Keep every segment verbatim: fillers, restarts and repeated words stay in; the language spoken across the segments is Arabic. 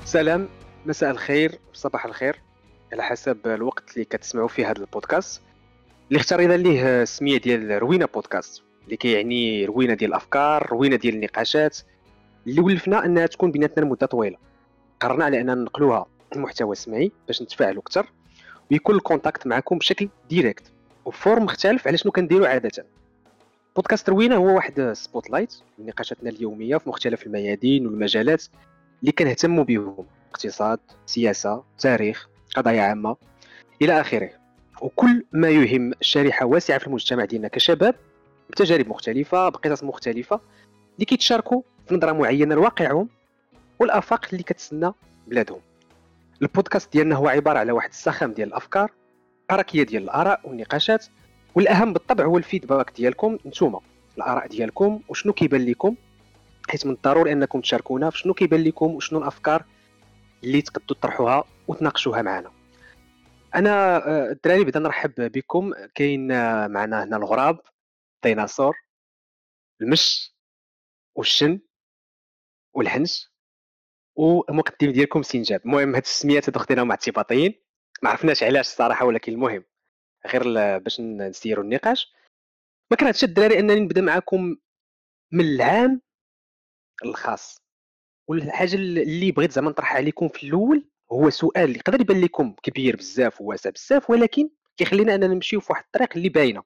سلام، مساء الخير، صباح الخير، على حسب الوقت اللي كتسمعوا فيه هذا البودكاست اللي اختارينا ليه السميه ديال روينه بودكاست، اللي كيعني روينه ديال الافكار، روينه ديال النقاشات اللي ولفنا انها تكون بيناتنا لمده طويله. قررنا على اننا ننقلوها محتوى سمعي باش نتفاعلوا اكثر ويكون الكونتاكت معكم بشكل ديريكت وبفورم مختلف على شنو كنديروا عاده. بودكاست روينه هو واحد سبوت لايت لنقاشاتنا اليوميه في مختلف الميادين والمجالات اللي كنهتموا بهم: اقتصاد، سياسة، تاريخ، قضايا عامة إلى آخره، وكل ما يهم شريحة واسعة في المجتمع ديالنا كشباب بتجارب مختلفة بقصص مختلفة اللي كيتشاركوا في نظرة معينة لواقعهم والآفاق اللي كتسنى بلادهم. البودكاست ديالنا هو عبارة على واحد السخام ديال الأفكار، حركية ديال الآراء والنقاشات، والأهم بالطبع هو الفيدباك ديالكم نتوما، الآراء ديالكم وشنو كيبان لكم، حيث من الضروري أنكم تشاركونا في شنو كيبان لكم وشنو الأفكار اللي تقدروا تطرحوها وتناقشوها معنا. انا آه، الدراري بدا نرحب بكم. كاين آه، معنا هنا الغراب، الديناصور، المش والشن والحنش، والمقدم ديالكم سنجاب. المهم هاد السميات هادو خديناهم اعتباطيين، ما عرفناش علاش الصراحه، ولكن المهم غير ل- باش نسيروا النقاش. ما كرهتش الدراري انني نبدا معكم من العام الخاص، والحاجه اللي بغيت زعما نطرحها عليكم في الاول هو سؤال اللي يقدر يبان لكم كبير بزاف وواسع بزاف، ولكن كيخلينا اننا نمشيو في واحد الطريق اللي باينه.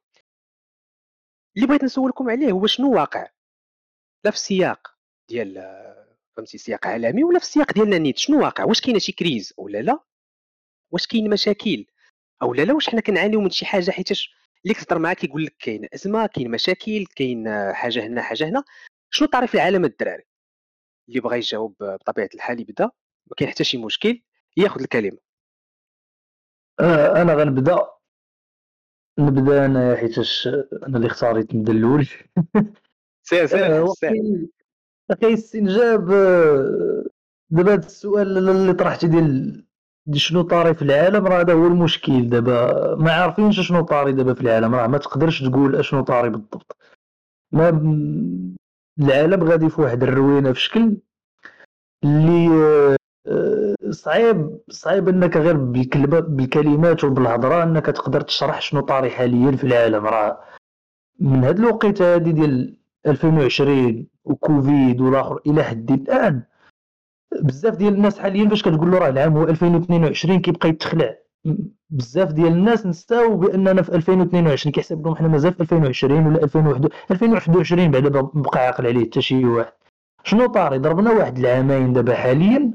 اللي بغيت نسولكم عليه هو شنو واقع، لا في السياق ديال آه، فهمتي سياق عالمي ولا في السياق ديالنا نيت. شنو واقع؟ واش كاينه شي كريز ولا لا؟ واش كاين مشاكل او لا لا؟ واش حنا كنعانيو من شي حاجه؟ حيتاش اللي كتهضر معاه كيقول لك كاين ازمه، كاين مشاكل، كاين آه، حاجه هنا حاجه هنا. شنو طاري في العالم الدراري؟ اللي بغى يجاوب آه، بطبيعه الحال يبدا، ما كاين حتى شي مشكل، ياخذ الكلمه. آه، انا غنبدا نبدا انا حيتاش انا اللي اختاريت نبدا الاول. سير سير آه، الحس سير. واخي اخي استنجاب. آه، دابا هاد السؤال اللي طرحتي ديال ديال شنو طاري في العالم، راه هذا هو المشكل دابا. ما عارفينش شنو طاري دابا في العالم، راه ما تقدرش تقول اشنو طاري بالضبط. ما ب- العالم غادي في واحد الروينه في شكل اللي آه، صعيب صعيب انك غير بالكلمه بالكلمات وبالهضره انك تقدر تشرح شنو طاري حاليا في العالم. راه من هاد الوقيته هادي ديال ألفين وعشرين وكوفيد والاخر الى حد الان، بزاف ديال الناس حاليا فاش كتقول له راه العام هو ألفين واثنين وعشرين كيبقى يتخلع. بزاف ديال الناس نساو باننا في ألفين واثنين وعشرين، كيحسب لهم حنا مازال في ألفين وعشرين ولا ألفين وواحد ألفين وواحد وعشرين بعدا بقى عاقل عليه حتى شي واحد. شنو طاري؟ ضربنا واحد العامين دابا حاليا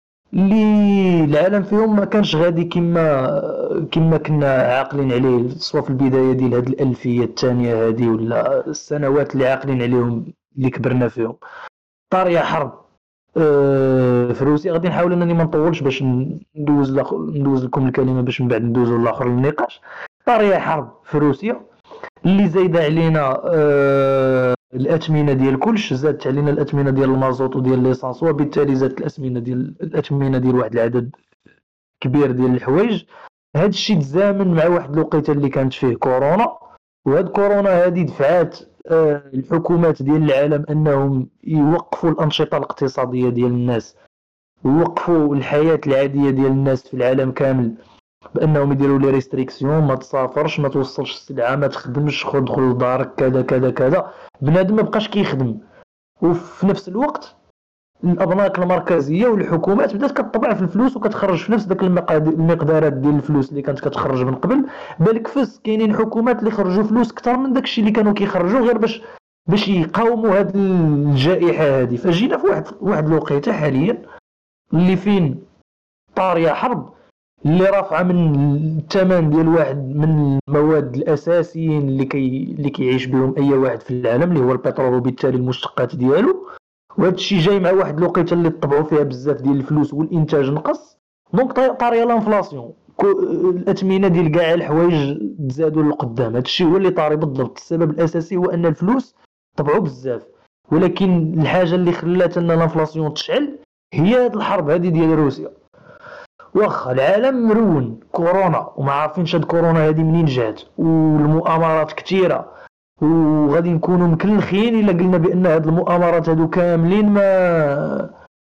اللي العالم فيهم ما كانش غادي كما كما كنا عاقلين عليه، سواء في البدايه ديال هذه الالفيه الثانيه هذه ولا السنوات اللي عاقلين عليهم اللي كبرنا فيهم. طاريه حرب آه، في روسيا. غادي نحاول انني ما نطولش باش ندوز ندوز لكم الكلمه باش من بعد ندوزوا للاخر للنقاش. طاريه حرب في روسيا اللي زايده علينا آه الاثمنه ديال كلش، زادت علينا الاثمنه ديال المازوت وديال ليسانس، وبالتالي زادت الاثمنه ديال الاثمنه ديال واحد العدد كبير ديال الحوايج. هذا الشيء تزامن مع واحد الوقيته اللي كانت فيه كورونا، وهاد كورونا هذه دفعات آه الحكومات ديال العالم انهم يوقفوا الانشطه الاقتصاديه ديال الناس، ويوقفوا الحياه العاديه ديال الناس في العالم كامل، بانهم يديروا لي ريستريكسيون: ما تسافرش، ما توصلش السلعه، ما تخدمش، خذ دخل لدارك، كذا كذا كذا. بنادم ما بقاش كيخدم. وفي نفس الوقت الابناك المركزيه والحكومات بدات كتطبع في الفلوس وكتخرج في نفس داك المقدارات ديال الفلوس اللي كانت كتخرج من قبل. بالك فاس كاينين حكومات اللي خرجوا فلوس اكثر من داكشي اللي كانوا كيخرجوا غير باش باش يقاوموا هذه الجائحه هذه. فجينا في واحد واحد الوقيته حاليا اللي فين طاريه حرب اللي رافعه من الثمن ديال واحد من المواد الاساسيين اللي كي اللي كيعيش بهم اي واحد في العالم، اللي هو البترول وبالتالي المشتقات ديالو. وهذا الشيء جاي مع واحد الوقيته اللي طبعوا فيها بزاف ديال الفلوس والانتاج نقص. دونك طاريه لانفلاسيون، الاثمنه ديال كاع الحوايج تزادوا للقدام. هذا الشيء هو اللي طاري بالضبط. السبب الاساسي هو ان الفلوس طبعوا بزاف، ولكن الحاجه اللي خلات ان الانفلاسيون تشعل هي هذه الحرب هذه ديال روسيا. واخا العالم مرون كورونا وما عارفينش هاد كورونا هادي منين جات، والمؤامرات كثيره، وغادي نكونوا مكلخين الا قلنا بان هاد المؤامرات هادو كاملين ما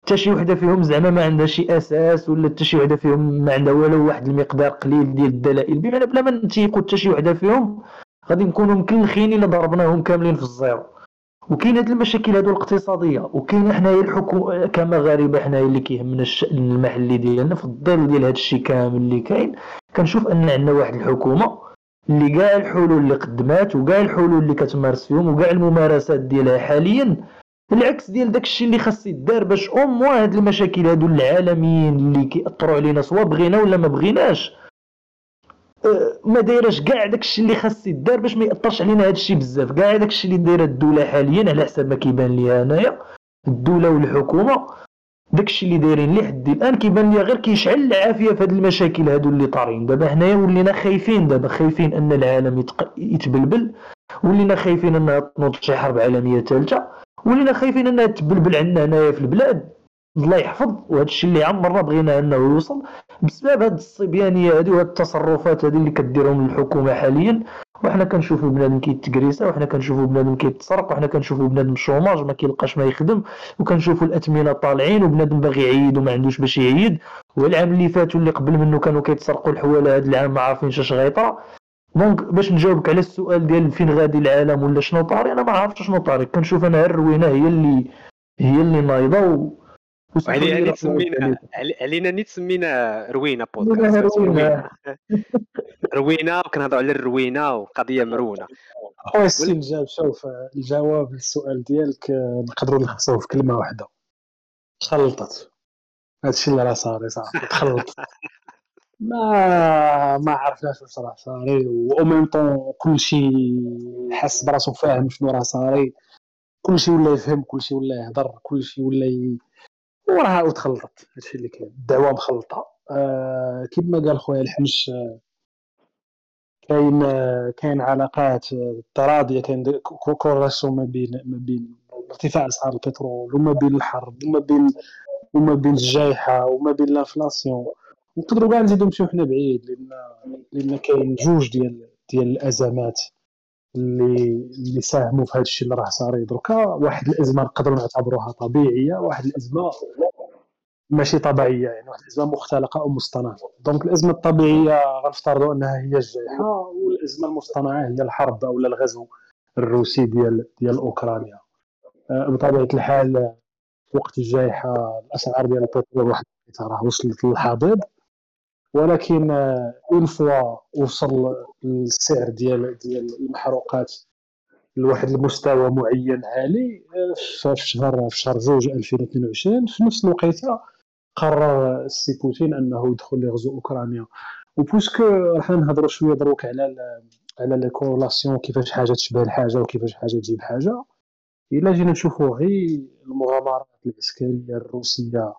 حتى شي وحده فيهم زعما ما عندها شي اساس، ولا حتى شي وحده فيهم ما عندها والو واحد المقدار قليل ديال الدلائل، بمعنى بلا ما نتيقوا حتى شي وحده فيهم غادي نكونوا مكلخين الا ضربناهم كاملين في الزيرو. وكاين هاد المشاكل هادو الاقتصاديه، وكاين حنايا الحكومه كمغاربه حنايا اللي كيهمنا الشأن المحلي ديالنا في الظل ديال هاد الشيء كامل اللي كاين. كنشوف ان عندنا واحد الحكومه اللي كاع الحلول اللي قدمات وكاع الحلول اللي كتمارس فيهم وكاع الممارسات ديالها حاليا العكس ديال داكشي اللي خاص يدار باش او موا هاد المشاكل هادو العالميين اللي كيأثروا علينا سواء بغينا ولا ما بغيناش ما دايرش كاع داكشي اللي خاص يدار باش ما ياثرش علينا هادشي بزاف. كاع داكشي اللي دايره الدوله حاليا على حسب ما كيبان ليا انايا الدوله والحكومه داكشي اللي دايرين لحد الان كيبان ليا غير كيشعل العافيه في هاد المشاكل هادو اللي طارين دابا. حنايا ولينا خايفين دابا، خايفين ان العالم يتق... يتبلبل، ولينا خايفين انها تنوض شي حرب عالميه ثالثه، ولينا خايفين انها تبلبل عندنا هنايا في البلاد الله يحفظ. وهذا الشيء اللي عمرنا بغينا انه يوصل بسبب هاد الصبيانيه هذه وهاد التصرفات هذه اللي كديرهم الحكومه حاليا. وحنا كنشوفوا بنادم كيتكريسا، وحنا كنشوفوا بنادم كيتسرق، وحنا كنشوفوا بنادم شوماج ما كيلقاش ما يخدم، وكنشوفوا الاثمنه طالعين وبنادم باغي يعيد وما عندوش باش يعيد. والعام اللي فات واللي قبل منه كانوا كيتسرقوا الحواله، هذا العام ما عارفينش اش غيطرا. دونك باش نجاوبك على السؤال ديال فين غادي العالم ولا شنو طاري، انا ما عرفتش شنو طاري. كنشوف انا الروينه هي اللي هي اللي نايضه. وعلي علي تسمينا علينا نيت سمينا روينه بودكاست روينه روينه وكنهضروا على الروينه وقضيه مرونه. خويا السي نجاب، شوف الجواب للسؤال ديالك نقدروا نلخصوه في كلمه واحده: تخلطت. هادشي اللي راه صاري صافي تخلطت. ما ما عرفناش واش راه صاري، و ميم طون كلشي حس براسو فاهم شنو راه صاري، كلشي ولا يفهم، كلشي ولا يهضر، كلشي ولا ي... وراه تخلطت. هادشي اللي كاين، الدعوه مخلطه. آه كما قال خويا الحنش، كاين كاين علاقات تراضيه، كاين كورلاسيون ما بين ما بين ارتفاع اسعار البترول وما بين الحرب وما بين وما بين الجائحه وما بين الانفلاسيون. نقدروا كاع نزيدو نمشيو حنا بعيد، لان لان كاين جوج ديال ديال الازمات اللي اللي ساهموا في هذا الشيء اللي راه صاري دركا. واحد الازمه نقدروا نعتبروها طبيعيه، واحد الازمه ماشي طبيعيه، يعني واحد الازمه مختلقه او مصطنعه. دونك الازمه الطبيعيه غنفترضوا انها هي الجائحه، والازمه المصطنعه هي الحرب او الغزو الروسي ديال ديال اوكرانيا. بطبيعه الحال وقت الجائحه الاسعار ديال البترول واحد راه وصلت للحضيض، ولكن اون فوا وصل السعر ديال ديال المحروقات لواحد المستوى معين عالي في شهر في شهر جوج ألفين واثنين وعشرين، في نفس الوقت قرر السي بوتين انه يدخل لغزو اوكرانيا. وبوسكو راح نهضروا شويه دروك على على لي كورلاسيون، كيفاش حاجه تشبه الحاجه وكيفاش حاجه تجيب حاجه. الا جينا نشوفوا غير المغامرات العسكريه الروسيه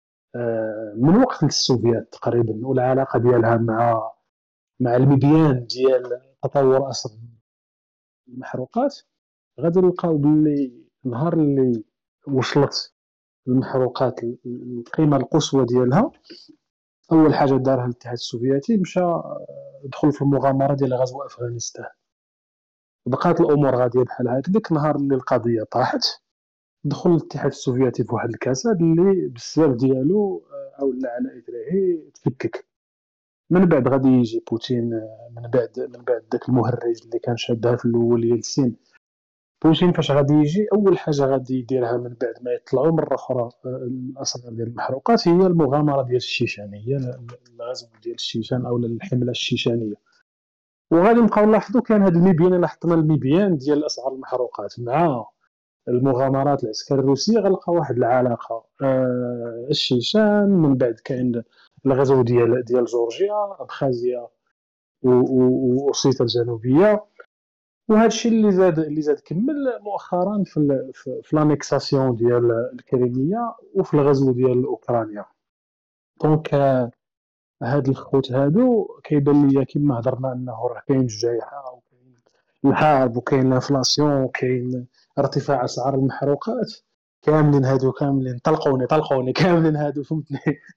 من وقت السوفيات تقريبا، والعلاقه ديالها مع مع المبيان ديال تطور اسعار المحروقات، غادي نلقاو باللي النهار اللي وصلت المحروقات القيمه القصوى ديالها، اول حاجه دارها الاتحاد السوفيتي مشى دخل في المغامره ديال غزو افغانستان. بقات الامور غاديه بحال هكذاك. النهار اللي القضيه طاحت دخل الاتحاد السوفيتي في واحد الكساد اللي بالسبب ديالو او لا على اثره تفكك. من بعد غادي يجي بوتين، من بعد من بعد داك المهرج اللي كان شادها في الاول يلسين. بوتين فاش غادي يجي اول حاجه غادي يديرها من بعد ما يطلعوا مره اخرى الاسعار ديال المحروقات هي المغامره ديال الشيشان، هي الغزو ديال الشيشان او الحمله الشيشانيه. وغادي نبقاو نلاحظوا كان هذا المبيان، الا حطنا المبيان ديال اسعار المحروقات مع المغامرات العسكريه الروسيه غنلقى واحد العلاقه. آه الشيشان، من بعد كاين الغزو ديال ديال جورجيا، ابخازيا واوسيطا الجنوبيه. وهذا الشيء اللي زاد اللي زاد كمل مؤخرا في في لانيكساسيون ديال الكريميه وفي الغزو ديال اوكرانيا. دونك هاد الخوت هادو كيبان ليا كما هضرنا انه راه كاين الجائحه وكاين الحرب وكاين الانفلاسيون وكاين ارتفاع اسعار المحروقات، كاملين هادو كاملين طلقوني طلقوني كاملين هادو فهمتني.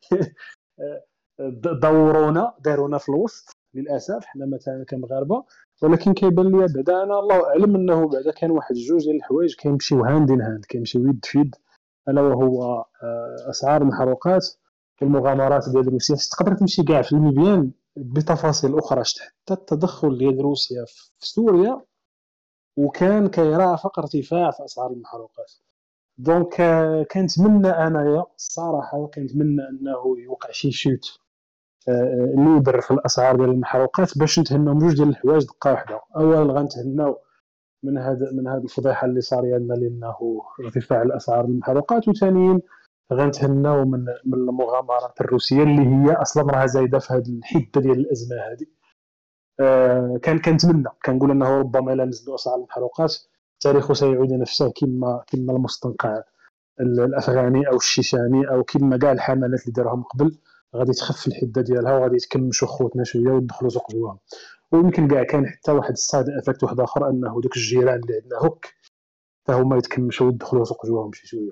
دورونا دارونا في الوسط للاسف حنا مثلا كمغاربه. ولكن كيبان ليا بعدا انا الله اعلم انه بعدا كان واحد جوج ديال الحوايج كيمشيو هاند ان هاند، كيمشيو يد في يد الا وهو آه، اسعار المحروقات والمغامرات ديال روسيا. تقدر تمشي كاع في المبيان بتفاصيل اخرى، شت حتى التدخل ديال روسيا في سوريا وكان كيرافق ارتفاع في اسعار المحروقات. دونك آه، كنتمنى انايا الصراحه كنتمنى انه يوقع شي شوت آه، نودر في الاسعار ديال المحروقات باش نتهناو من جوج ديال الحوايج دقه واحده. اولا غنتهناو من هذا من هذه الفضيحه اللي صاريه لنا لانه ارتفاع الاسعار المحروقات، وثانيا غنتهناو من من المغامرات الروسيه اللي هي اصلا راه زايده في هذه الحده ديال الازمه هذه. آه كان كنتمنى كنقول انه ربما الا نزلوا اسعار المحروقات التاريخ سيعيد نفسه كما كما المستنقع الافغاني او الشيشاني او كما كاع الحملات اللي دارهم قبل غادي تخف الحده ديالها وغادي يتكمشوا خوتنا شويه ويدخلوا سوق جواهم. ويمكن كاع كان حتى واحد السايد افكت واحد اخر انه دوك الجيران اللي عندنا هوك حتى هما يتكمشوا ويدخلوا سوق جواهم شي شويه.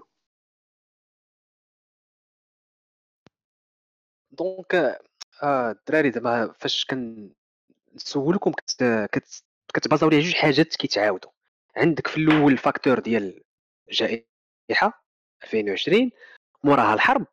دونك آه، الدراري دابا فاش كنسولكم كت... كت... كتبازاو على جوج حاجات كيتعاودوا. عندك في الاول الفاكتور ديال الجائحه ألفين وعشرين موراها الحرب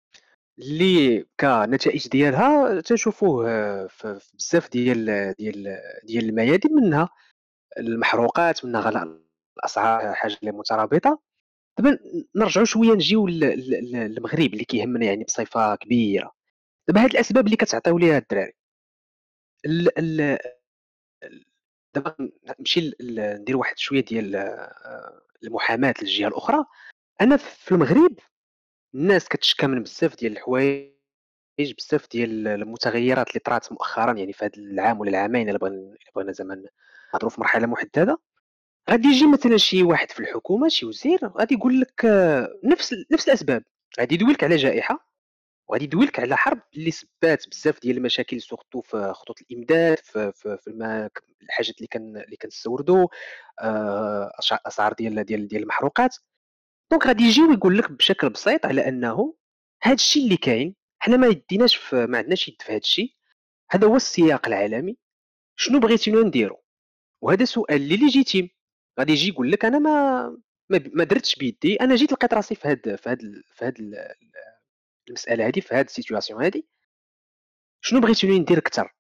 اللي كنتائج ديالها تنشوفوه آه، في في بزاف ديال ديال ديال الميادين، منها المحروقات، منها غلاء الاسعار، حاجه اللي مترابطه. دابا نرجعوا شويه نجيو لل- لل- للمغرب اللي كيهمنا يعني بصفه كبيره. دابا هاد الاسباب اللي كتعطيو ليها الدراري، ال- ال- ال- دابا نمشي ل- ل- ندير واحد شويه ديال آه، المحاماه للجهه الاخرى. انا في المغرب الناس كتشكى من بزاف ديال الحوايج، بزاف ديال المتغيرات اللي طرات مؤخرا، يعني في هذا العام ولا العامين الا بغينا الا بغينا زعما نهضروا في مرحله محدده. غادي يجي مثلا شي واحد في الحكومه، شي وزير، غادي يقول لك آه، نفس نفس الاسباب، غادي يدوي لك على جائحه وغادي يدوي لك على حرب اللي سبات بزاف ديال المشاكل سورتو في خطوط الامداد، في في, في الما الحاجات اللي كان اللي كنستوردوا، آه، أشع- اسعار ديال ديال ديال المحروقات. دونك غادي يجي ويقول لك بشكل بسيط على انه هذا الشيء اللي كاين حنا ما يديناش في ما عندناش يد في هذا الشيء، هذا هو السياق العالمي، شنو بغيتينا نديرو؟ وهذا سؤال اللي ليجيتيم. غادي يجي يقول لك انا ما ما ما درتش بيدي، انا جيت لقيت راسي في هاد في هاد في هاد المساله هذه، في هاد السيتوياسيون هذه، شنو بغيتوني ندير اكثر؟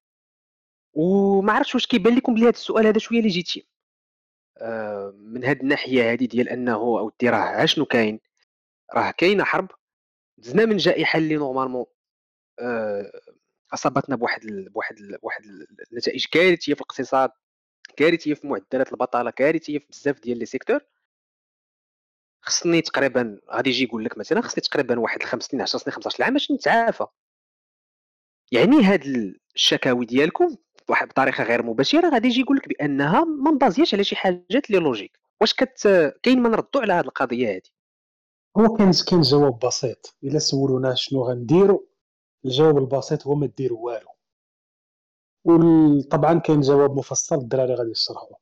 وما عرفتش واش كيبان لكم بلي هذا السؤال هذا شويه ليجيتيم آه، من هاد الناحيه هذه ديال انه اودي راه شنو كاين، راه كاينه حرب، دزنا من جائحه اللي نورمالمون آه، اصابتنا بواحد ال... بواحد ال... بواحد النتائج كارثيه في الاقتصاد، كارثيه في معدلات البطاله، كارثيه في بزاف ديال لي سيكتور. خصني تقريبا غادي يجي يقول لك مثلا خصني تقريبا واحد خمس سنين عشر سنين خمسطاش عام باش نتعافى. يعني هاد الشكاوي ديالكم بواحد بطريقه غير مباشره غادي يجي يقول لك بانها ما مبازياش على شي حاجات لي لوجيك. واش كت كاين ما نردوا على هاد القضيه هذه؟ هو كاين كاين جواب بسيط الا سولونا شنو غنديروا، الجواب البسيط هو ما ديروا والو. وطبعا كاين جواب مفصل الدراري غادي يشرحوه.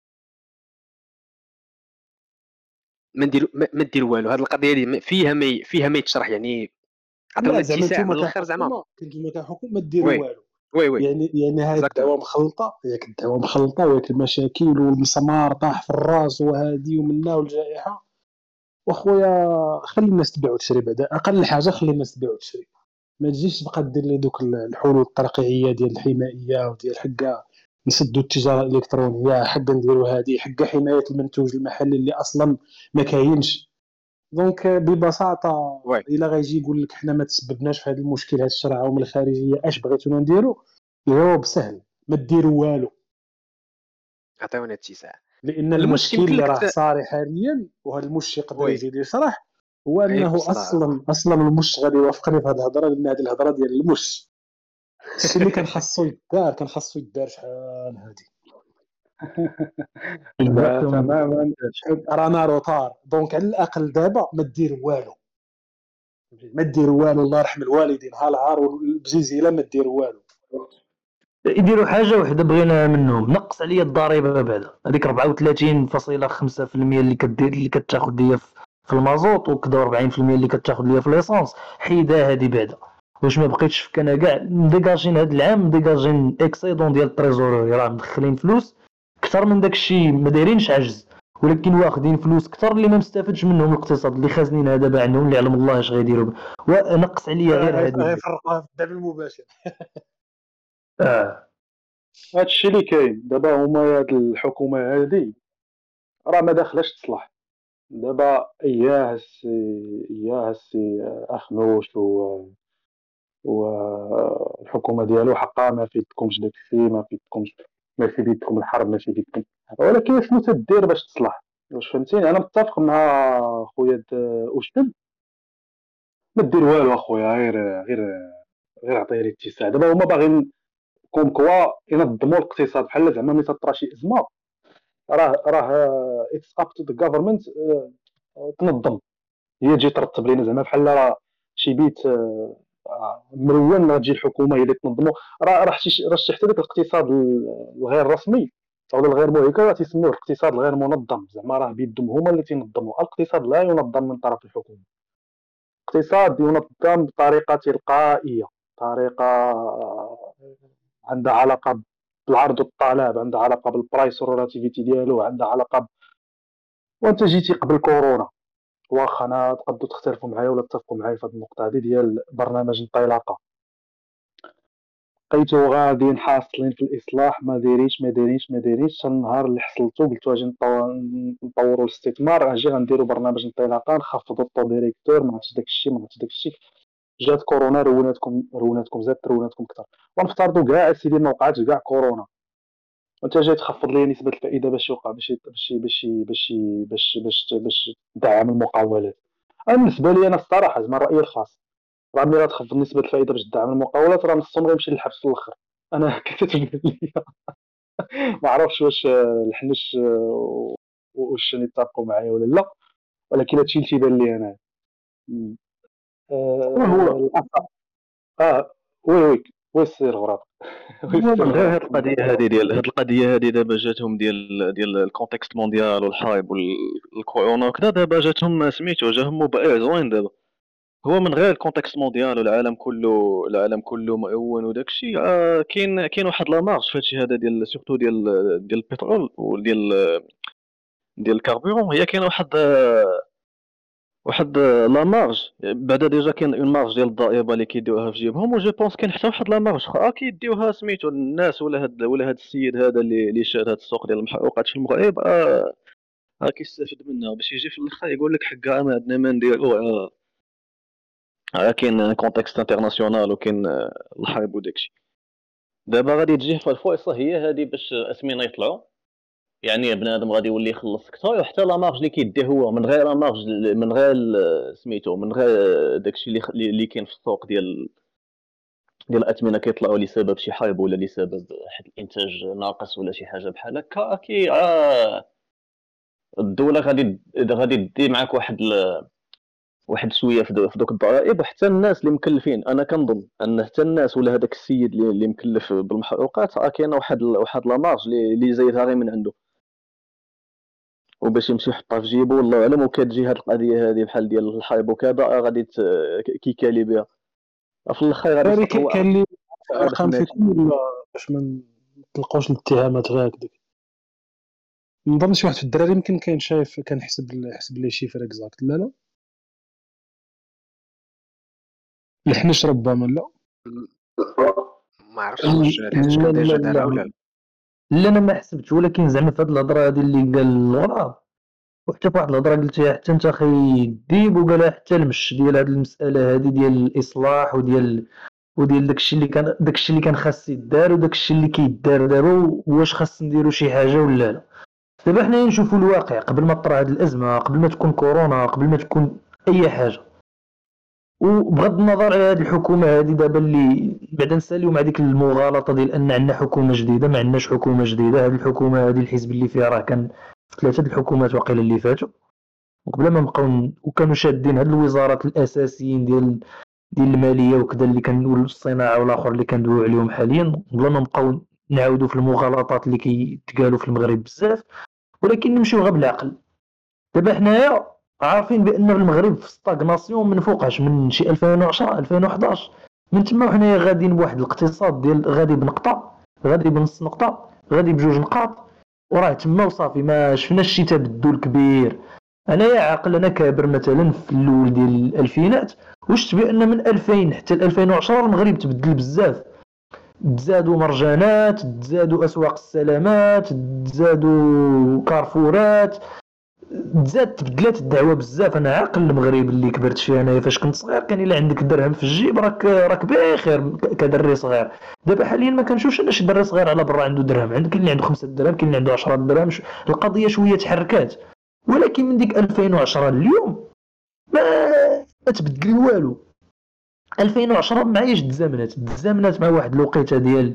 ما نديروا ما ما نديروا والو. هاد القضيه هذه فيها ما ي- فيها ما يتشرح، يعني عطيونا لا زعما اتساع من نتوما الاخر زعما. كحكومه نتوما كحكومه ما ديروا وي والو. وي وي يعني يعني هاد اكزاكتومون. الدعوه مخلطه، ياك الدعوه مخلطه وياك المشاكل والمسمار طاح في الراس وهادي ومنا والجائحه. واخويا خلي الناس تبيع وتشري، بعدا اقل حاجه خلي الناس تبيع وتشري. ما تجيش تبقى دير لي دوك الحلول الترقيعيه ديال الحمائيه وديال حقا نسدوا التجاره الالكترونيه، حقا نديروا هذه حقا حمايه المنتوج المحلي اللي اصلا ما كاينش. دونك ببساطه وي الا غيجي يقول لك حنا ما تسببناش في هذا المشكل، هذا الشرعه ومن الخارجيه اش بغيتونا نديروا؟ الجواب سهل، ما ديروا والو. عطيونا اتساع. لان المشكل المشكل يمكن اللي لك راه ت... صاري حاليا وهذا المش يقدر وي يزيد يشرح، هو هي انه وصلها. اصلا اصلا المش غادي يوافقني في هذه الهضره، لان هذه الهضره ديال المش الشيء اللي كان خاصو يدار كان خاصو يدار شحال هادي. لا اكزاكتومون. تماما، رانا روطار. دونك على الاقل دابا ما دير والو، ما دير والو. الله يرحم الوالدين، ها العار والبزيزيله ما دير والو. يديروا حاجه وحده بغينا منهم، نقص عليا الضريبه بعدا هذيك أربعة وثلاثين فاصلة خمسة بالمية اللي كدير اللي كتاخذ ليا في المازوت وكذا أربعين بالمية اللي كتاخذ ليا في ليسونس، حيدها هذه بعدا. واش ما بقيتش فك انا كاع مديكاجين هذا العام، مديكاجين اكسيدون ديال التريزوري، راه مدخلين فلوس اكثر من داك الشيء، ما دايرينش عجز ولكن واخدين فلوس كثر اللي ما مستافدش منهم الاقتصاد اللي خازنينها دابا عندهم اللي علم الله اش غيديروا. ونقص عليا غير هذه غيفرقوها في الدعم المباشر. اه هذا الشيء اللي كاين دابا. هما هاد الحكومه هادي راه ما داخلاش تصلح دابا. اياه السي اياه السي اخنوش و والحكومه ديالو حقا ما فيدكمش داكشي، ما فيدكمش، ما في بيدكم الحرب، ما في بيدكم. ولكن شنو تدير باش تصلح؟ واش فهمتيني؟ انا متفق مع خويا اوشتم، ما دير والو اخويا، غير غير غير عطيه الاتساع. دابا هما باغيين كوم كوا ينظموا الاقتصاد بحال زعما ملي تطرا شي ازمه، راه راه اتس اب تو ذا غوفرمنت تنظم، هي تجي ترتب لينا زعما بحال راه شي بيت آه، مرون، غتجي الحكومه هي اللي تنظمو. راه راه شي راه شي حتى داك الاقتصاد الغير رسمي او الغير مهيكل راه تيسموه الاقتصاد الغير منظم، زعما راه بيدهم هما اللي تينظموا. الاقتصاد لا ينظم من طرف الحكومه، الاقتصاد ينظم بطريقه تلقائيه، طريقه آه، عندها علاقه بالعرض والطلب، عندها علاقه بالبرايس ريلاتيفيتي ديالو، عندها علاقه ب... وانت جيتي قبل كورونا، واخا انا تقدروا تختلفوا معايا ولا تتفقوا معايا في هذه النقطه هذه ديال برنامج انطلاقه، لقيتو غاديين حاصلين في الاصلاح، ما دايرينش ما دايرينش ما دايرينش حتى النهار اللي حصلتو قلتو اجي نطوروا الاستثمار، اجي غنديروا برنامج انطلاقه، نخفضوا الطو ديريكتور، ما عرفتش داكشي ما عرفتش داكشي. جات كورونا روناتكم روناتكم زاد روناتكم كثر. ونفترضوا كاع اسيدي ما وقعتش كاع كورونا، وانت جاي تخفض لي نسبه الفائده باش يوقع باش باش باش باش باش باش باش تدعم المقاولات. انا بالنسبه لي انا الصراحه زعما الراي الخاص، راه ملي تخفض نسبه الفائده باش تدعم المقاولات راه نصهم غيمشي للحبس في الاخر. انا كتبان لي ما عرفتش واش الحنش واش يتفقوا معايا ولا لا، ولكن هادشي اللي تيبان لي انا. وهو اه اه وي وي وي السير غراب وي هو السير من غير غراب. هاد القضيه هذه ديال هاد القضيه هذه دابا جاتهم ديال ديال الكونتكست مونديال والحايب والكورونا وكذا، دابا جاتهم سميتو جاهم موبائع زوين دابا. هو من غير الكونتكست مونديال والعالم كله العالم كله مؤون وداكشي، آه كاين كاين واحد لا مارج في هادشي هذا ديال سورتو ديال ديال البترول وديال ديال الكاربورون. هي كاين واحد آه واحد لا مارج بعدا ديجا كاين اون مارج ديال الضريبه اللي كيديوها في جيبهم، و جو بونس كاين حتى واحد لا مارج اخرى كيديوها سميتو الناس ولا هاد ولا هاد السيد هذا اللي اللي شاد هاد السوق ديال المحروقات في المغرب، اه ها كيستافد منها باش يجي في الاخر يقول لك حكا ما عندنا ما نديرو، اه آه، كاين كونتكست انترناسيونال وكاين آه، الحرب وداكشي. دابا غادي تجي في الفرصه هي هذه باش اسمينا يطلعوا، يعني بنادم غادي يولي يخلص اكثر، وحتى لا مارج اللي كيديه هو من غير لا مارج من غير ال- سميتو من غير داكشي اللي اللي كاين في السوق ديال ديال الاثمنه كيطلعوا لسبب شي حرب ولا لسبب واحد الانتاج ناقص ولا شي حاجه بحال هكا، كي آه الدوله غادي غادي دي معاك واحد ال... واحد شويه في دو- في دوك الضرائب. وحتى الناس اللي مكلفين، انا كنظن ان حتى الناس ولا هذاك السيد اللي, اللي مكلف بالمحروقات راه كاينه واحد ال- واحد لا مارج اللي اللي زايدها غير من عنده، وباش يمشي يحطها في جيبو والله اعلم. وكتجي هاد القضيه هذه بحال ديال الحرب وكذا غادي ت- كيكالي بها في الاخر غادي هذه يصح هو كاين اللي عارف ارقام ماشي. فيكم ولا باش ما نطلقوش الاتهامات غير هكذاك؟ نظن شي واحد في الدراري يمكن كاين شايف كان حسب حسب لي شيفر اكزاكت. لا لا الحنش ربما لا. ما عرفتش واش الحنش لا كان لا ديجا دارها لا ولا لا. لا انا ما حسبتش، ولكن زعما في هاد الهضره هادي اللي قال الغراب، وحتى في واحد الهضره قلتيها حتى انت اخي ديب، وقالها حتى المش ديال هاد المساله هادي ديال الاصلاح وديال وديال داكشي اللي كان داكشي اللي كان خاص يدار وداكشي اللي كيدار دابا، واش خاص نديرو شي حاجه ولا لا. دابا حنايا نشوفوا الواقع قبل ما طرا هاد الازمه، قبل ما تكون كورونا، قبل ما تكون اي حاجه، وبغض النظر على هذه الحكومه هذه دابا اللي بعدا نساليو مع ديك المغالطه ديال ان عندنا حكومه جديده، ما عندناش حكومه جديده. هذه الحكومه هذه الحزب اللي فيها راه كان في ثلاثه الحكومات واقيلا اللي فاتوا، وقبل ما نبقاو وكانوا شادين هاد الوزارات الاساسيين ديال ديال الماليه وكذا اللي كندويو الصناعه والاخر اللي كندويو عليهم حاليا، بلا ما نبقاو نعاودوا في المغالطات اللي كيتقالوا في المغرب بزاف، ولكن نمشيو غير بالعقل. دابا حنايا عارفين بان المغرب في ستاغناسيون من فوقاش من شي ألفين وعشرة ألفين وحداش، من تما وحنايا غاديين بواحد الاقتصاد ديال غادي بنقطه، غادي بنص نقطه، غادي بجوج نقاط، وراه تما وصافي ما شفناش شي تبدل كبير. انا يا عاقل انا كابر مثلا في الاول ديال الالفينات وشت بان من ألفين حتى ألفين وعشرة المغرب تبدل بزاف، تزادوا مرجانات، تزادوا اسواق السلامات، تزادوا كارفورات، تزاد تبدلات الدعوه بزاف. انا عاقل المغرب اللي كبرت فيه انايا فاش كنت صغير كان الا عندك درهم في الجيب راك راك بخير كدري صغير. دابا حاليا ما كنشوفش انا شي دري صغير على برا عنده درهم، عندك اللي عنده خمسة دراهم، كاين اللي عنده عشرة دراهم. القضيه شويه تحركات، ولكن من ديك ألفين وعشرة اليوم ما ما تبدل والو. ألفين وعشرة معايش تزامنات تزامنات مع واحد الوقيته ديال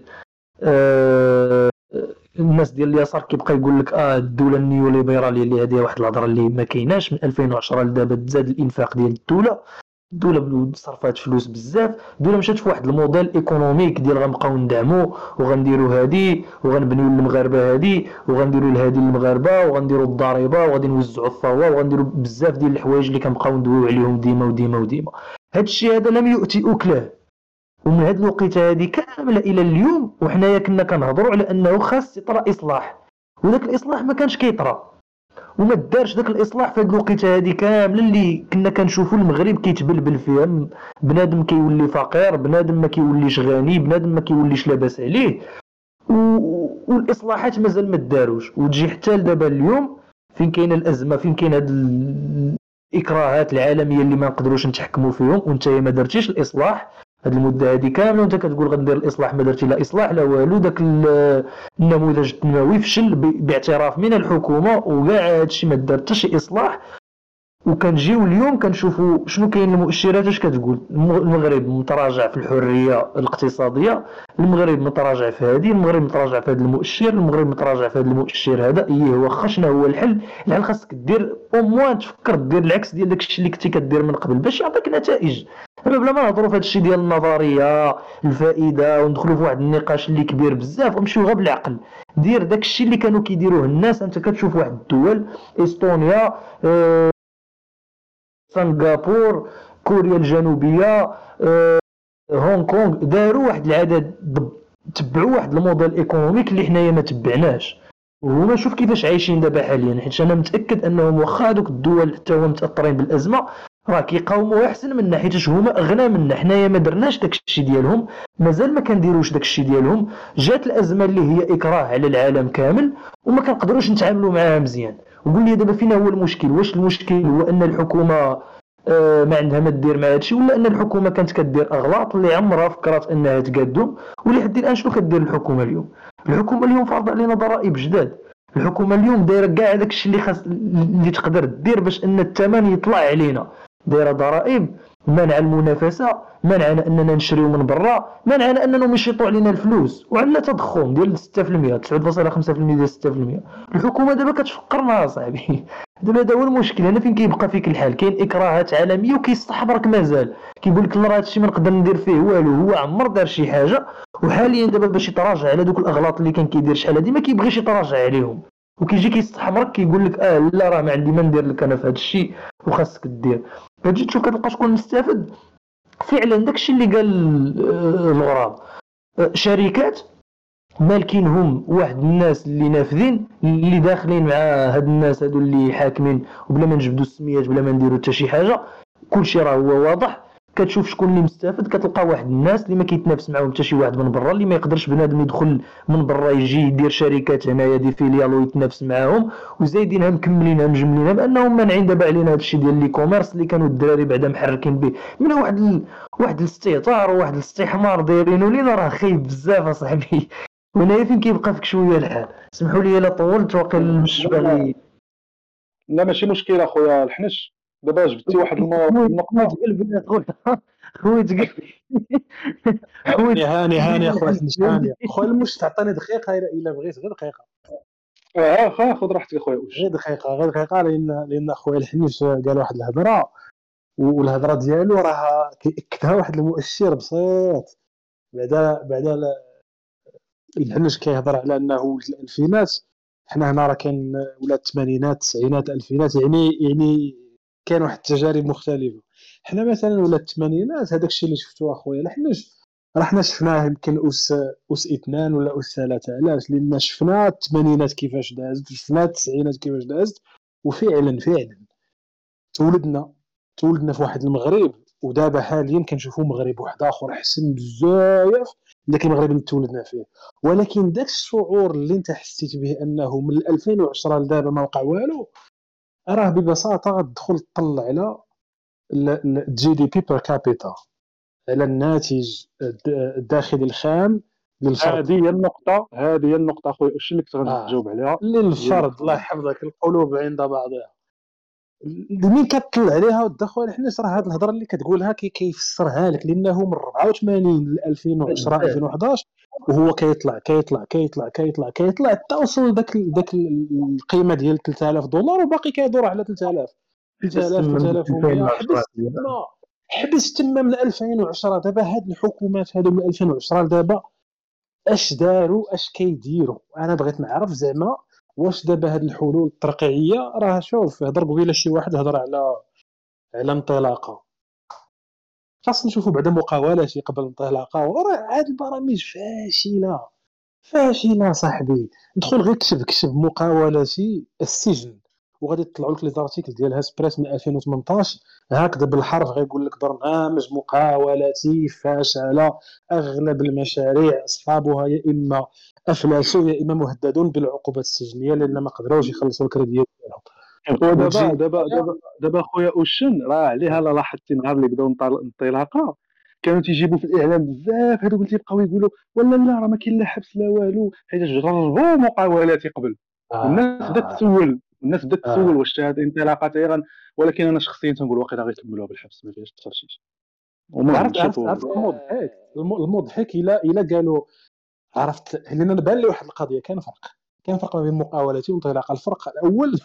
آه الناس ديال اليسار كيبقى يقول لك اه الدوله النيوليبراليه اللي هذه واحد الهضره اللي ما كايناش. من ألفين وعشرة لدابا تزاد الانفاق ديال الدوله، الدوله صرفات فلوس بزاف، الدوله مشات في واحد الموديل ايكونوميك ديال غنبقاو ندعموا وغنديروا هادي وغنبنيو للمغاربه هادي وغنديروا لهادي المغاربه وغنديروا الضريبه وغادي نوزعوا الثروه وغنديروا بزاف ديال الحوايج اللي كنبقاو ندويو عليهم ديما وديما وديما. هاد الشيء هذا لم يؤتي اكله، ومن هاد الوقيته هذه كامله الى اليوم وحنايا كنا كنهضروا على انه خاص يطرا اصلاح، وذاك الاصلاح ما كانش كيطرا وما دارش داك الاصلاح في هاد الوقيته هذه كامله اللي كنا كنشوفوا المغرب كيتبلبل فيها. بنادم كيولي فقير، بنادم ما كيوليش غني، بنادم ما كيوليش لاباس عليه، و... والاصلاحات مازال ما داروش. وتجي حتى لدابا اليوم فين كاينه الازمه، فين كاين هاد الاكراهات العالميه اللي ما نقدروش نتحكموا فيهم وانت ما درتيش الاصلاح هاد المده هذه كامله وانت كتقول غندير الاصلاح، ما درتي لا اصلاح لا والو. داك النموذج التنموي فشل باعتراف من الحكومه وكاع هادشي ما دار حتى شي اصلاح. وكنجيو اليوم كنشوفوا شنو كاين المؤشرات اش كتقول. المغرب متراجع في الحريه الاقتصاديه، المغرب متراجع في هذه، المغرب متراجع في هذا المؤشر، المغرب متراجع في هذا المؤشر هذا. ايه واخا شنو هو الحل؟ الحل خاصك دير او موان تفكر دير العكس ديال داكشي اللي كنتي كدير من قبل باش يعطيك نتائج. دابا بلا ما نهضروا في هادشي ديال النظريه الفائده وندخلوا في واحد النقاش اللي كبير بزاف ونمشيو غير بالعقل. دير داكشي اللي كانوا كيديروه الناس. انت كتشوف واحد الدول استونيا، أه سنغافور، كوريا الجنوبيه، أه هونغ كونغ، داروا واحد العدد، تبعوا واحد الموديل ايكونوميك اللي حنايا ما تبعناش. وهما شوف كيفاش عايشين دابا حاليا، حيت انا متاكد انهم واخا هذوك الدول حتى هما متاثرين بالازمه راه كيقاوموا احسن منا حيت هما اغنى منا. حنايا ما درناش داكشي ديالهم، مازال ما كنديروش داكشي ديالهم. جات الازمه اللي هي اكراه على العالم كامل وما كنقدروش نتعاملوا معاها مزيان. وقول لي دابا فين هو المشكل؟ واش المشكل هو ان الحكومه آه ما عندها ما دير مع هادشي، ولا ان الحكومه كانت كدير اغلاط اللي عمرها فكرت انها تقادم؟ ولحد الان شنو كدير الحكومه اليوم؟ الحكومه اليوم فرض علينا ضرائب جداد. الحكومه اليوم دايره كاع داكشي اللي خاص اللي تقدر دير باش ان الثمن يطلع علينا. دايره ضرائب، منع المنافسه، منعنا اننا نشريو من برا، منعنا اننا يشيطوا علينا الفلوس، وعندنا تضخم ديال ستة في المية تسعة فاصلة خمسة في المية ديال ستة في المية. الحكومه دابا كتفقرنا صاحبي. دابا هذا هو المشكل. هنا فين كيبقى فيك الحال، كاين اكراهات عالميه وكيستحبرك مازال كيقول لك لا راه هادشي ما نقدر ندير فيه والو. هو عمر دار شي حاجه وحاليا دابا باش يتراجع على دوك الاغلاط اللي كان كيدير شحال هادي ما كيبغيش يتراجع عليهم، وكيجي كيستحمرك كيقول لك اه لا راه ما عندي ما ندير لك انا في هذا الشيء وخاصك دير. كتجي تشوف كتلقى شكون مستافد فعلا داكشي اللي قال الغراب. شركات مالكينهم واحد الناس اللي نافذين اللي داخلين مع هاد الناس هادو اللي حاكمين، وبلا ما نجبدوا السميات بلا ما نديروا حتى شي حاجه كلشي راه هو واضح. كتشوف شكون اللي مستافد، كتلقى واحد الناس اللي ما كيتنافس معاهم حتى شي واحد من برا، اللي ما يقدرش بنادم يدخل من برا يجي يدير شركات هنايا دي فيليال ويتنافس معاهم، وزايدينها مكملينها مجملينها بانهم مانعين دابا علينا هذا الشيء ديال لي كوميرس اللي كانوا الدراري بعدا محركين به من واحد ال... واحد الاستهتار وواحد الاستحمار دايرينو لينا راه خايب بزاف اصاحبي. وهنايا فين كيبقى فيك شويه الحال. سمحوا لي الا طولت واقيلا مش باغي. لا ماشي مشكل اخويا الحنش. دابا جبتي واحد النقطه خويا تقلب هاني هاني هاني اخويا الحنش هاني اخويا المش تعطيني دقيقه الا بغيت غير دقيقه. اه خا خذ راحتك اخويا غير دقيقه غير دقيقه لان لان اخويا الحنيش قال واحد الهضره والهضره ديالو راه كيأكدها واحد المؤشر بسيط. بعدا بعدا الحنش كيهضر على انه الالفينات، حنا هنا راه كان ولا الثمانينات التسعينات الالفينات، يعني يعني كان واحد التجارب مختلفه. حنا مثلا ولا الثمانينات هذاك الشيء اللي شفتوه اخويا الحنش راه حنا شفناه يمكن اس اس اثنان ولا اس ثلاثة. علاش؟ لان شفنا الثمانينات كيفاش دازت، شفنا التسعينات كيفاش دازت، وفعلا فعلا تولدنا تولدنا في واحد المغرب، ودابا حاليا كنشوفوا مغرب واحد اخر احسن بزاف من داك المغرب اللي تولدنا فيه. ولكن داك الشعور اللي انت حسيت به انه من ألفين وعشرة لدابا ما وقع والو، راه ببساطه غتدخل تطلع على الجي دي بي بير كابيتا، على الناتج الداخلي الخام للفرد. هذه هي النقطة، هذه هي النقطة أخويا، واش اللي كنت اه غنجاوب عليها هي للفرد، الله النقطة. يحفظك، القلوب عند بعضها. ملي كتطلع عليها ودخل حناش، راه هاد الهضره اللي كتقولها كي كيفسرها لك، لانه من أربعة وثمانين ل ألفين وعشرة ألفين وحداش وهو كيطلع كيطلع كيطلع كيطلع كيطلع حتى وصل داك داك القيمه ديال ثلاثة آلاف دولار، وباقي كيدور على ثلاثة آلاف بس ثلاثة آلاف من ثلاثة آلاف ومية. حبس ألفين وعشرة ديال تما، حبس تما من ألفين وعشرة. دابا هاد الحكومات هادو من ألفين وعشرة لدابا اش داروا، اش كيديروا؟ انا بغيت نعرف زعما واش دابا هاد الحلول الترقيعيه. راه شوف، هضر قبيله شي واحد هضر على على انطلاقه، خاصنا نشوفوا بعدا مقاولاتي قبل الانطلاقه. وراه هاد البرامج فاشله فاشله صاحبي. دخل غير كتب كتب مقاولاتي السجن، وغادي يطلعوا لك لي زارتيكل ديال هاسبريس من ألفين وثمنطاش هكذا بالحرف، غيقول لك برنامج مقاولاتي فاشل، اغلب المشاريع اصحابها يا اما افلسوا يا اما مهددون بالعقوبات السجنيه لان ما قدروش يخلصوا الكريديات ديالهم. ودابا وتجي دابا دابا دابا خويا اوشن راه عليها، لا لاحظتي النهار اللي بداو الانطلاقه كانوا تيجيبوا في الاعلام بزاف هذوك اللي تيبقاو يقولوا ولا لا راه ما كاين لا حبس لا والو، حيت جربوا مقاولاتي قبل آه والناس بدات آه تسول، الناس بدات تسول آه واش هذه انطلاقات غير. ولكن انا شخصيا تنقول واقيلا غيكملوها بالحبس ما فيهاش تخرجيش. المهم عرفت عرفت نشوفوا. عرفت المضحك الم- المضحك الا الا قالوا، عرفت، لان انا بان لي واحد القضيه. كان فرق كان فرق ما بين مقاولتي وانطلاقه. الفرق الاول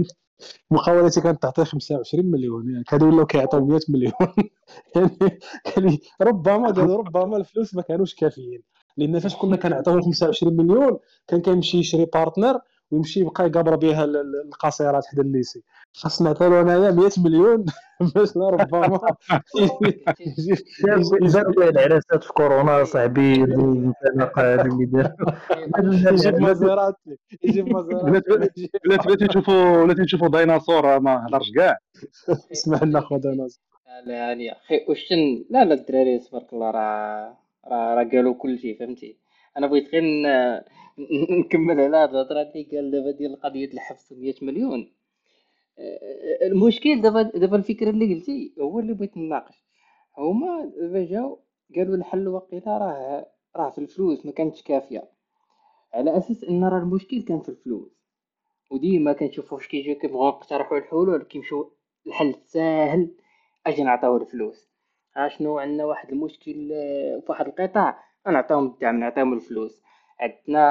مقاولتي كانت تعطي خمسة وعشرين مليون، يعني كانوا ولاو كيعطيو مية مليون. يعني يعني ربما قالوا ربما الفلوس ما كانوش كافيين، لان فاش كنا كنعطيو خمسة وعشرين مليون كان كيمشي يشري بارتنر ويمشي يبقى يقابر بها ال- ال- القصيرات حدا الليسي. خاصنا نعطيو انايا مية مليون باش لا ربما يجي يجي يجي, داروا بها العراسات في كورونا صاحبي، يجي, الانطلاقه هذه اللي داروا. يجيب بلاتي مازيراتي يجيب مازيراتي ولا بلاتي يجيب. بلاتي بلاتي تشوفوا بلاتي تشوفوا ديناصور ما هضرش كاع. اسمح لنا خويا ناصر. لا يعني اخي وشن، لا لا الدراري تبارك الله راه راه راه قالوا كل شيء فهمتي. انا بغيت غير ن- نكمل على هاد الهضره اللي قال دابا ديال قضيه الحبس مية مليون. آه، المشكل دابا دابا الفكره اللي قلتي هو اللي بغيت نناقش. هما دابا جاو قالوا الحل وقيلا راه راه في الفلوس ما كانتش كافيه، على اساس ان راه المشكل كان في الفلوس. وديما كنشوفوا فاش كيجيو كيبغيو يقترحوا الحلول كيمشيو الحل الساهل، اجي نعطيو الفلوس. ها شنو عندنا واحد المشكل آه، في واحد القطاع، نعطيهم الدعم نعطيهم الفلوس. عندنا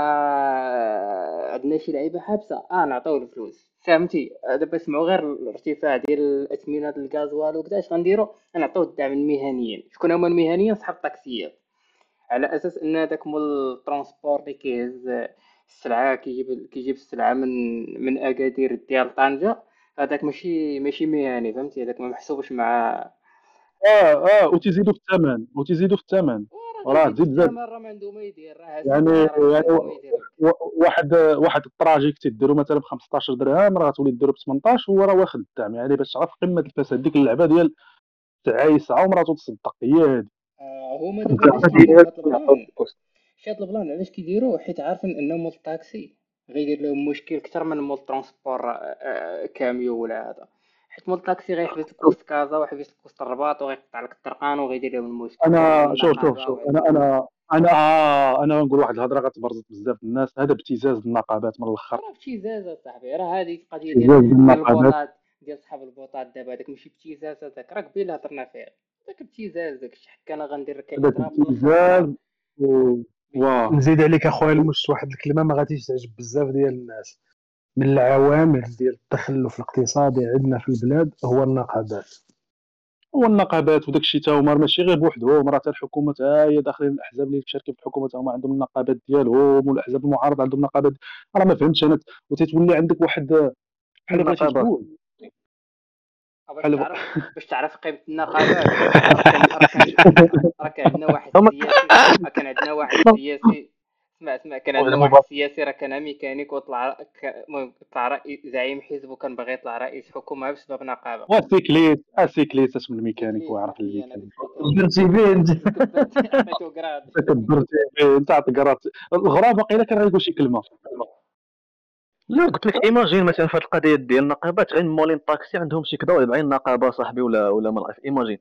عندنا شي لعيبه حابسه، اه نعطيو الفلوس فهمتي. آه، دابا سمعوا غير الارتفاع ديال الاثمنه ديال الغازوال وكذا، اش غنديروا؟ نعطيو الدعم للمهنيين. شكون هما المهنيين؟ صحاب الطاكسيات، على اساس ان هذاك مول الترونسبور اللي كيهز السلعه كيجيب كيجيب السلعه من من اكادير ديال طنجه، هذاك ماشي ماشي مهني فهمتي، هذاك ما محسوبش مع. اه اه وتزيدوا في الثمن وتزيدوا في الثمن وراه راه تيزيد تزيد زاد. الثمن، راه ما عنده ما يدير، راه يعني السلعه راه ما يعني عنده ما يدير لك. و- واحد واحد التراجيك تيديروا مثلا ب خمسطاش درهم راه تولي ديرو ب ثمنطاش وهو راه واخد الدعم. يعني باش تعرف قمه الفساد، ديك اللعبه ديال ساعه يسعى ومراته تصدق هي هذه. آه هما دابا علاش كيديروا هاد البلان؟ شي هاد البلان علاش كيديروه؟ حيت عارفين ان مول الطاكسي غيدير لهم مشكل اكثر من مول الترونسبور آه، آه، كاميو ولا هذا. حيت مول الطاكسي غيحبس لك وسط كازا ويحبس لك وسط الرباط وغيقطع لك الطرقان وغيدير لهم المشكل وغيعمل انا شوف شوف النقابه شوف وغيدير. انا انا انا آه انا نقول واحد الهضره غتبرزط بزاف الناس، هذا ابتزاز النقابات من الاخر. راه ابتزاز اصاحبي، راه هذه القضيه ديال ابتزاز ديال النقابات. البوطات، ديال صحاب البوطات. دابا هذاك ماشي ابتزاز، هذاك راه قبيله هضرنا فيه. داك ابتزاز، داك الشيء حكى انا غندير لك هذاك اضراب في الاخر ابتزاز راه و... واه نزيد عليك اخويا المش، واحد الكلمه ما غاديش تعجب بزاف ديال الناس. من العوامل ديال التخلف الاقتصادي عندنا في البلاد هو النقابات. هو النقابات وداك الشيء تا هما ماشي غير بوحدهم، راه حتى الحكومه تا هي داخلين الاحزاب اللي مشاركين في الحكومه تا هما عندهم النقابات ديالهم، والاحزاب المعارضه عندهم نقابات. راه ما فهمتش انا، وتتولي عندك واحد بحال اللي بغيتي النقابه تقول باش بحال تعرف باش تعرف قيمة النقابات. راه كان راه كان راه كان عندنا واحد هما السياسي راه كان عندنا واحد السياسي اسمع اسمع كان عندنا واحد السياسي راه كان ميكانيك وطلع ك- المهم طلع رئيس زعيم حزب وكان باغي يطلع رئيس حكومة بسبب نقابة. وسيكليت اسيكليت اسم الميكانيك سيكليت ويعرف هي انا الميكانيك. قلت ميكانيك درتي به انت. وكبرت عطيته كراد. كبرت انت عطيك الغراب باقي كان غيقول شي كلمه. لا قلت لك ايماجين مثلا في هذه القضيه ديال النقابات غير مولين طاكسي عندهم شي كدا ويبعين نقابه صاحبي ولا ولا ما نعرف ايماجين.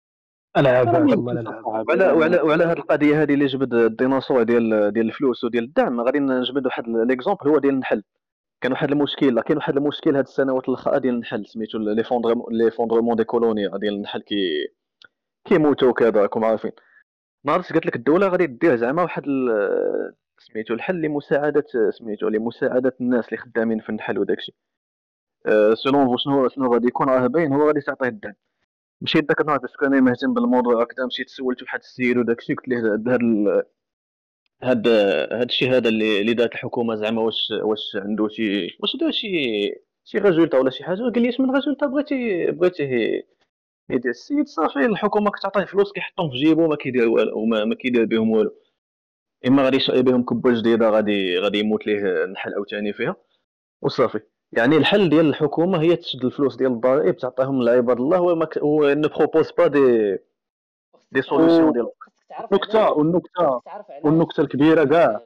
العبات ما والله يمكنش العبات. اصاحبي وعلى وعلى راه وعلى هذه القضيه هذه اللي جبد الديناصور ديال ديال الفلوس وديال الدعم غادي نجبد واحد ليكزومبل هو ديال النحل. كان واحد المشكل كاين واحد المشكل هاد السنوات الاخرى ديال النحل سميتو لي فوندرمون لي فوندرمون دي كولوني ديال النحل كي كيموتوا وكذا راكم عارفين. نهار قالت لك الدوله غادي دير زعما واحد ال- سميتو الحل لمساعده سميتو لمساعده الناس اللي خدامين في النحل وداكشي. أه، سولون شنو شنو غادي يكون راه باين هو غادي تعطيه الدعم. مشيت داك النهار باسكو انا مهتم بالموضوع هكذا مشيت سولت واحد السيد وداكشي قلت له هاد هاد هاد هاد الشيء هذا اللي اللي دارت الحكومه زعما واش واش عنده شي واش دار شي شي ريزولتا ولا شي حاجه. قال لي اش من ريزولتا بغيتي بغيتي يدير السيد صافي الحكومه كتعطيه فلوس كيحطهم في جيبو ما كيدير والو وما ما كيدير بهم والو. اما غادي يشري بهم كبه جديده غادي غادي يموت ليه النحل عاوتاني فيها وصافي. يعني الحل ديال الحكومه هي تشد الفلوس ديال الضرائب تعطيهم لعباد الله وما ك... و ne propose pas des des خصك تعرف solutions ديال. خصك تعرف والنكته علاش والنكته خصك تعرف علاش والنكته خصك الكبيره تعرف كاع. علاش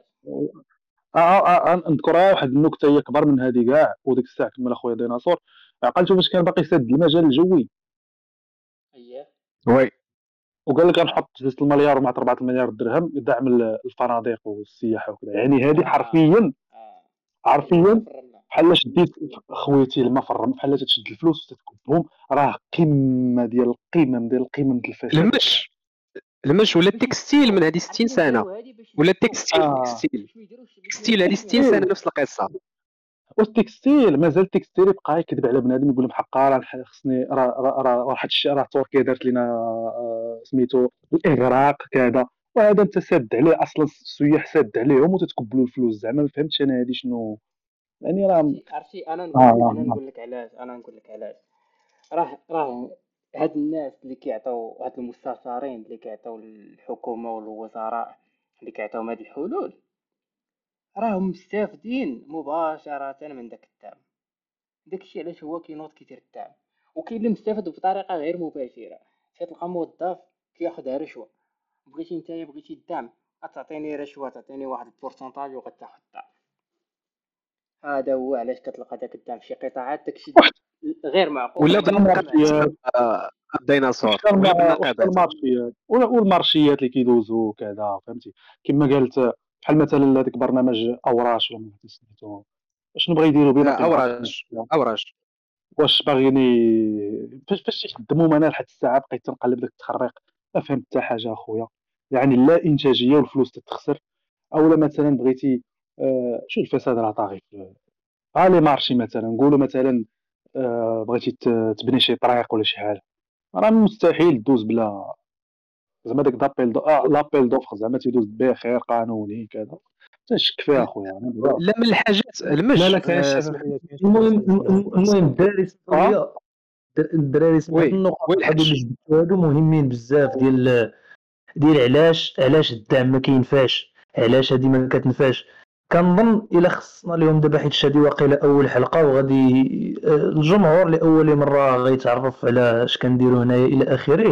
اه اه اه نذكرها واحد النكته هي كبر من هذه كاع وديك الساعه كمل اخويا ديناصور. عقلتو فاش كان باقي ساد المجال الجوي اييه وي وقال لك غنحط ثلاثة المليار مع أربعة المليار درهم يدعم ال- الفنادق والسياحه وكذا. يعني هذه اه حرفيا اه الماء حرفيا في الرمله. بحال شديت خويتي الماء في الرمل بحال تشد الفلوس وتتكبهم. راه قمه ديال القمم ديال القمم ديال الفساد. المش المش ولا باش التكستيل من هذه ستين عرفتي سنه داروا هادي باش ولا يسدوا التكستيل اه التكستيل باش ما يديروش باش ما التكستيل هذه يديروش ستين سنه والتكستيل نفس القصه. والتكستيل مازال التكستيل يبقى يكذب على بنادم يقول لهم حقا راه نح- خصني راه راه راه واحد الشيء راه تركيا دارت لنا آه، سميتو الاغراق كذا. وهذا انت ساد عليه اصلا السياح ساد عليهم وتتقبلوا الفلوس زعما ما فهمتش انا هذه شنو. يعني راه عرفتي عرفتي انا اه نقول لك انا اه نقول لك علاش انا نقول لك علاش. راه راه هاد الناس اللي كيعطيو هاد المستشارين اللي كيعطيو الحكومه والوزراء اللي كيعطيوهم هاد الحلول راهم مستافدين مباشره من داك الدعم. داكشي علاش هو كينوض كيدير الدعم. وكاين اللي مستافد بطريقه غير مباشره. تلقى موظف كياخذها رشوه. بغيتي نتايا بغيتي الدعم غتعطيني رشوه تعطيني واحد البورسونتاج وغتاخذ الدعم. هذا هو علاش كتلقى داك الدعم في شي قطاعات داكشي واحد غير معقول ولا وحتى وما ما بالنقابات المارشيات عندوش. آه، الديناصور وحتى ولا الم- وحتى بالنقابات. المارشيات ولا- والمارشيات اللي كيدوزوا كذا فهمتي. كما قالت بحال مثلا هذاك برنامج اوراش ولا ما عرفتش سميتو شنو بغا يديروا بينا آه، قيم اوراج اوراج واش باغيني فاش فاش يخدموا انا لحد الساعه بقيت تنقلب داك التخربيق ما فهمت حتى حاجه اخويا. يعني لا انتاجيه والفلوس تتخسر. اولا مثلا بغيتي آه شو الفساد راه طاغي في ها لي مارشي مثلا نقولوا مثلا آه بغيتي ت- تبني شي طريق ولا شي حاجه راه مستحيل دوز بلا زعما داك دابيل دو... آه لابيل دوفر زعما تيدوز بخير قانوني كذا. تنشك فيها اخويا انا بزاف. لا من الحاجات لا المش لا كاين آه، اسمح الشفافيه كاين المهم الشفافيه فيها المهم الدراري اسمحوا اه لي، الدراري سمعت وي النقط وي هادو اللي الحش جبتو هادو مهمين بزاف ديال ديال علاش علاش الدعم ما كينفعش، علاش هادي ما كتنفعش. كنظن الا خصنا لهم دابا حيت هادي واقيلا اول حلقه وغادي آه، الجمهور لاول مره غيتعرف على اش كنديرو هنايا الى اخره.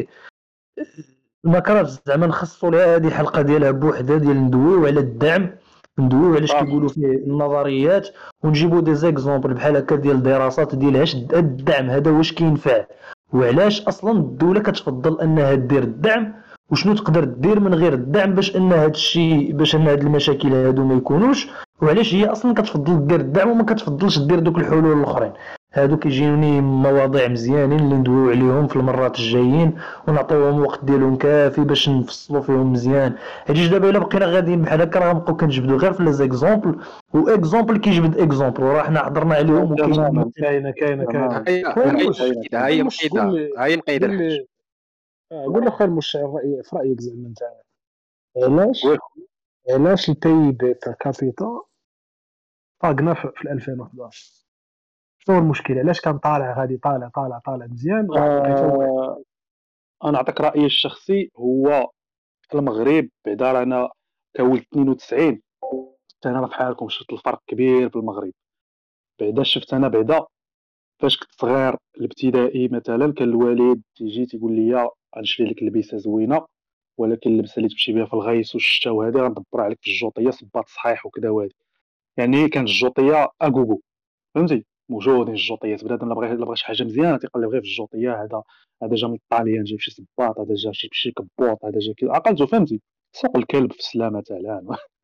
ما كرهتش زعما نخصصوا لها هذه حلقه ديالها بوحدها ديال ندويو على الدعم، ندويو على اش صافي كيقولوا فيه النظريات، ونجيبوا دي زيكزومبل بحال هكا ديال دراسات ديال اش الدعم هذا واش كينفع وعلاش اصلا الدوله كتفضل انها دير الدعم، وشنو تقدر دير من غير الدعم باش ان هذا الشيء باش ان هاد المشاكل هادو ما يكونوش، وعلاش هي اصلا كتفضل دير الدعم وما كتفضلش دير دوك الحلول الاخرين. هادو كيجيوني مواضيع مزيانين اللي ندويو عليهم في المرات الجايين ونعطيوهم وقت ديالهم كافي باش نفصلوا فيهم مزيان. حيت دابا الا بقينا غاديين بحال هكا راه غنبقاو كنجبدوا غير في لي زيكزومبل واكزومبل كيجبد اكزومبل وراه حنا حضرنا عليهم وكاين. تماما كاينه كاينه كاينه. تماما هي خويا هي المش كاينه مقيده كاينه هي المش قول مقيده لي هي مقيده قول الحش. لي آه، قول لي خويا المش رأي في رايك زعما انت علاش وي علاش البي بي بير كابيتا طاقنا في في ألفين وحداش. هو المشكل علاش كان طالع غادي طالع طالع طالع مزيان ولقيته واعر. آه، انا نعطيك رايي الشخصي. هو المغرب بعدا رانا كولد اثنين وتسعين، حتى انا بحالكم شفت الفرق كبير في المغرب. بعدا شفت انا بعدا فاش كنت صغير الابتدائي مثلا، كان الوالد تيجي تيقول لي غنشري لك لبسه زوينه، ولكن اللبسه اللي تمشي بها في الغيس والشتا وهذه غندبر عليك في الجوطيه صباط صحيح وكذا وهذه. يعني كانت الجوطيه اغوغو، فهمتي؟ موجودين الجوطيات، بنادم الا بغى الا بغى شي حاجه مزيانه تيقلب غير في الجوطيه. هذا هذا جا من الطاليان جاب شي صباط، هذا جا شي شي كبوط، هذا جا كي عقلتو، فهمتي؟ سوق الكلب في السلامه تاع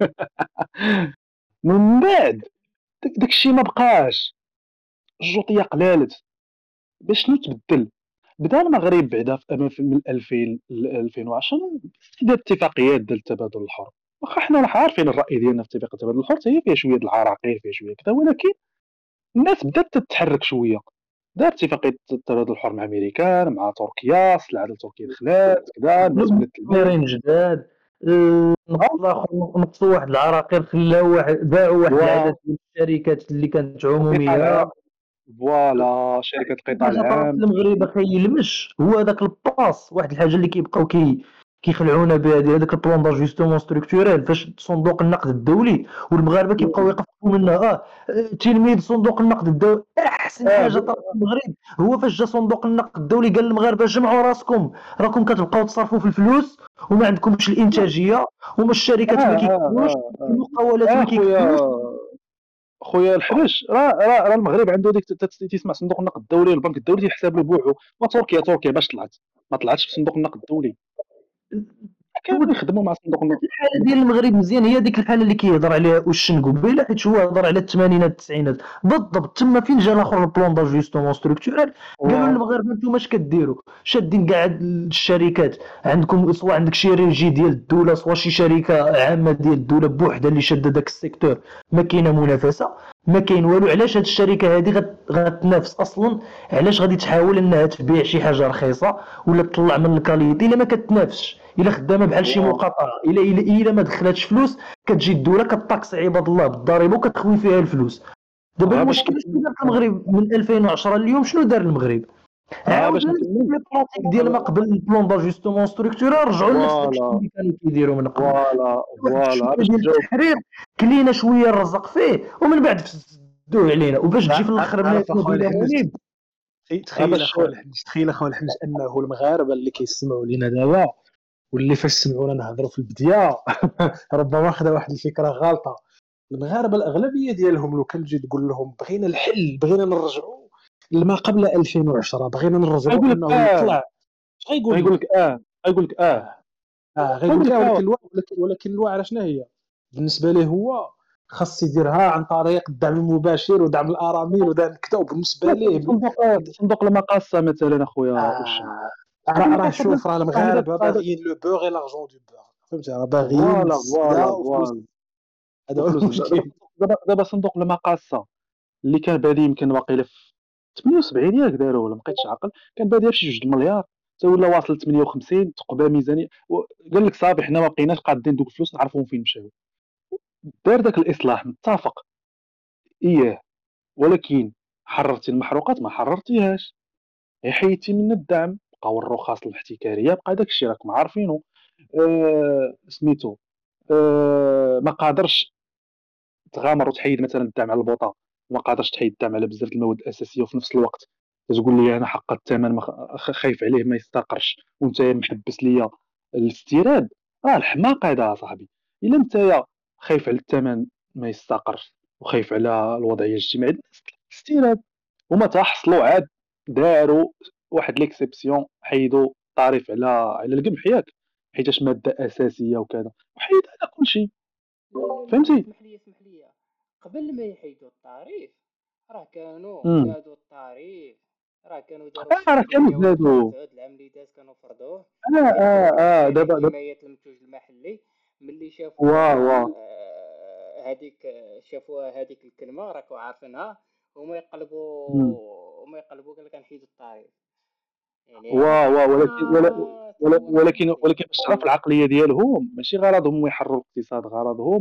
من بعد داك داك الشيء ما بقاش، الجوطيه قلالت. باش شنو تبدل؟ بدا المغرب بعدا في أما في- من ألفين ل ألفين وعشرة دار اتفاقيات ديال التبادل الحر. واخا حنا راه عارفين الراي ديالنا في اتفاقيه التبادل الحر حتى هي فيها شويه د العراقيل، فيها شويه كذا، ولكن الناس بدات تتحرك شويه. دار اتفاقيه التبادل الحر مع امريكان، مع تركيا، سلعه ديال تركيا دخلات كذا، الناس بدات تلبس. مستثمرين جداد. آه، نقص الاخر نقصوا واحد العراقيل، خلاو واحد باعوا واحد العدد من الشركات اللي كانت القطاع عموميه. العام، فوالا شركه القطاع حاجه طرات في العام. المغرب اخي يلمش هو هذاك الباس، واحد الحاجه اللي كيبقاو كي كيخلعونا بها ديال هذاك البلان داجوستومون ستركتوريل. فاش صندوق النقد الدولي والمغاربه كيبقاو يقفوا منها اه تلميذ صندوق النقد الدولي. احسن اه حاجه طرات في المغرب هو فاش جا صندوق النقد الدولي قال للمغاربه جمعوا راسكم، راكم كتبقاو تصرفوا في الفلوس وما عندكمش الانتاجيه، وما اه الشركات ما اه كيكسبوش، اه اه, المقاولات آه ما خويا كيكسبوش. خويا الحبش، راه راه راه المغرب عنده ديك تت- تت- تسمع صندوق النقد الدولي والبنك الدولي تيحسب له بوحو. وتركيا تركيا باش طلعت ما طلعتش في صندوق النقد الدولي، كانوا يخدموا مع صندوق النقد. الحاله ديال المغرب مزيان هي ديك الحاله اللي كيهضر عليها وشن قبيله، حيت هو هضر على الثمانينات التسعينات بالضبط. تما فين جا الاخر البلان داجوستومون ستركتورال، قالوا للمغاربه انتم اش كديروا؟ شادين كاع الشركات عندكم، سواء عندك شي ريجي ديال الدوله سواء شي شركه عامه ديال الدوله بوحدها اللي شاده داك السيكتور، ما كاينه منافسه، ما كاين والو. علاش هاد الشركه هذه غت- غتنافس اصلا؟ علاش غادي تحاول انها تبيع شي حاجه رخيصه ولا تطلع من الكاليتي الا ما كتنافسش، الا خدامه بحال شي مقاطعه، الا الا الا ما دخلاتش فلوس كتجي الدوله كطاكس عباد الله بالضريبه وكتخوي فيها الفلوس. دابا ها باش المشكل شنو نكمل دار في المغرب من ألفين وعشرة اليوم؟ شنو دار المغرب؟ ها عاود باش نفس نكمل لي براتيك ديال ما قبل البلان داجوستومون ستركتورال، رجعوا لنفس داك الشيء فوالا اللي كانوا كيديروا من قبل. فوالا واحد فوالا شويه باش ديال نجاوب. التحرير، كلينا شويه الرزق فيه ومن بعد فسدوه علينا، وباش تجي في الاخر عارف اخويا نبيله الحمج، منيب. ها تخيل باش اخويا الحمج، تخيل اخويا الحمج انه المغاربه اللي كيسمعوا لينا دابا واللي فاش سمعونا نهضروا في البدايه ربما خدا واحد الفكره غلطه. المغاربه الاغلبيه ديالهم لو كان تجي تقول لهم بغينا الحل، بغينا نرجعوا لما قبل ألفين وعشرة، بغينا نرجعوا غيقول لك انه اه، يطلع، اش غيقول غيقول لك؟ لك اه، غيقول لك اه، اه غيقول غيقول لك لك اه. اه. ولكن الوا... ولكن ولكن الواعره شنو هي بالنسبه ليه؟ هو خاص يديرها عن طريق الدعم المباشر ودعم الارامل ودعم كذا. وبالنسبه ليه ب... صندوق صندوق المقاصه مثلا اخويا وش آه صندوق راه راه المقاصه شوف، راه هذاك المغاربه هذاك باغيين لو بوغ اي لارجون دو بوغ، فهمتي؟ راه باغيين فوالا الزبده فوالا وفلوس. فوالا هذا هو وفلوس الزبده. دابا المشكل. دابا دابا صندوق المقاصه اللي كان بادي يمكن واقيلا في ثمانية وسبعين ياك داروا ولا مابقيتش عاقل، كان بادي بشي جوج المليار حتى ولا واصل ثمانية وخمسين، تقبى ميزانيه قال لك صافي حنا ما بقيناش قادين دوك الفلوس نعرفوهم فين مشاو. دار داك الاصلاح متفق اياه، ولكن حررتي المحروقات ما حررتيهاش، غير حيدتي من الدعم، بقاو الرخص الاحتكاريه، بقى داك الشيء راكم عارفينه. آه سميتو، آه ما قادرش تغامر وتحيد مثلا الدعم على البوطه، وما قادرش تحيد الدعم على بزاف المواد الاساسيه، وفي نفس الوقت تقول لي انا حق الثمن ما خ- خايف عليه ما يستقرش، وانت محبس ليا الاستيراد. راه الحماق هذا صاحبي. الا انت خايف على الثمن ما يستقرش وخايف على الوضعيه الاجتماعيه الناس الاستيراد، هما تحصلوا عاد داروا واحد ليكسيبسيون، حيدوا الطريف على على القمح ياك، حيتاش ماده اساسيه وكذا، وحيد على كل شيء، لا لا لا لا، فهمتي؟ اسمح لي اسمح لي، قبل ما يحيدوا التعريف راه كانوا امم زادوا التعريف، راه كانوا داروا اه راه الشهر كانوا مية وثلاثة زادوا. تعود العام اللي داز كانوا فرضوه. اه اه حيت اه حيت دابا دابا حماية المنتوج المحلي ملي واه شافوها، واه آه، هذيك شافوها هذيك الكلمة راكو عارفينها، هما مم. يقلبوا هما يقلبوا قال لك نحيدوا التعريف. يعني هذيك واه واه ولكن ولا- الفترة ولا- تهورات ولكن المغرب. ولكن باش تعرف العقليه ديالهم ماشي غرضهم هو يحرروا الاقتصاد، غرضهم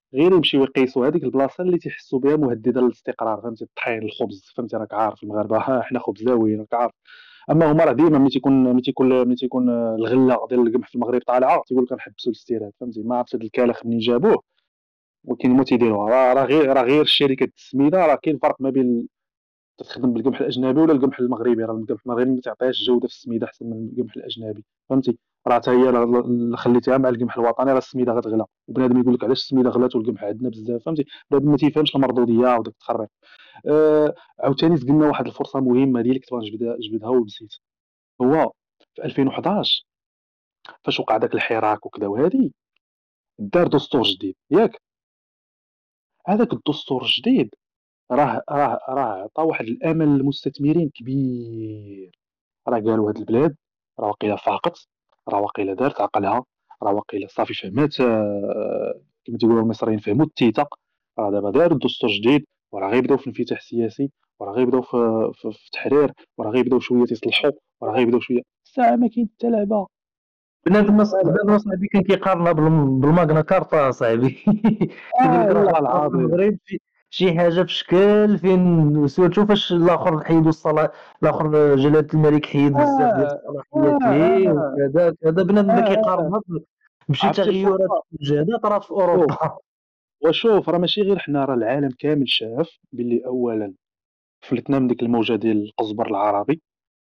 غير يمشيو يقيسوا هذيك البلاصه اللي تيحسوا بها مهدده للاستقرار، فهمتي؟ الطحين الخبز، فهمتي؟ راك عارف المغاربه ها حنا خبزاويين راك عارف. اما هما راه ديما ملي تيكون ملي تيكون ملي تيكون الغله ديال القمح في المغرب طالعه تيقول لك نحبسوا الاستيراد، فهمتي؟ ما عرفتش هذا الكلخ منين جابوه، ولكن هما تيديروها. راه راه غير راه غير الشركه السميده، راه كاين فرق ما بين تخدم بالقمح الاجنبي ولا القمح المغربي. راه القمح المغربي ما تعطيهاش جوده في السميده احسن من القمح الاجنبي، فهمتي؟ راه حتى هي اللي خليتيها مع القمح الوطني راه السميده غتغلى، وبنادم يقول لك علاش السميده غلات والقمح عندنا بزاف، فهمتي؟ بنادم ما تيفهمش المردوديه وداك التخريف. آه عاوتاني زقلنا واحد الفرصه مهمه ديالي كنت غنجبدها جبدها ونسيت. هو في ألفين وحداش فاش وقع داك الحراك وكذا وهادي دار دستور جديد ياك. هذاك الدستور الجديد راه راه راه عطى واحد الامل للمستثمرين كبير. راه قالوا هاد البلاد راه واقيلا فاقت، راه واقيلا دارت عقلها، راه واقيلا صافي فهمات، آه، كما تيقولوا المصريين فهموا التيتا. راه دابا داروا الدستور جديد وراه غيبداو في انفتاح سياسي، وراه غيبداو في, في, في تحرير، وراه غيبداو شويه تيصلحوا، وراه غيبداو شويه الساعه ما كاين حتى لعبه. بنادم بنادم اصاحبي كان كيقارنها بالم- بالماغنا كارتا اصاحبي. كيقول لك اه راه والله غتلقى في العظيم. المغرب شي شي حاجه في شكل فين سيرتو فاش الاخر حيدوا الصلاه، الاخر جلاله الملك حيد بزاف ديال اه الصلاحيات اه ليه اه وكذا كذا. بنادم بدا اه, آه. كيقارنها ب- بشي عرفتي تغيرات الفرصه؟ مجهدات راه في شوف اوروبا. وشوف راه ماشي غير حنا، راه العالم كامل شاف باللي اولا فلتنا من ديك الموجه ديال القزبر العربي.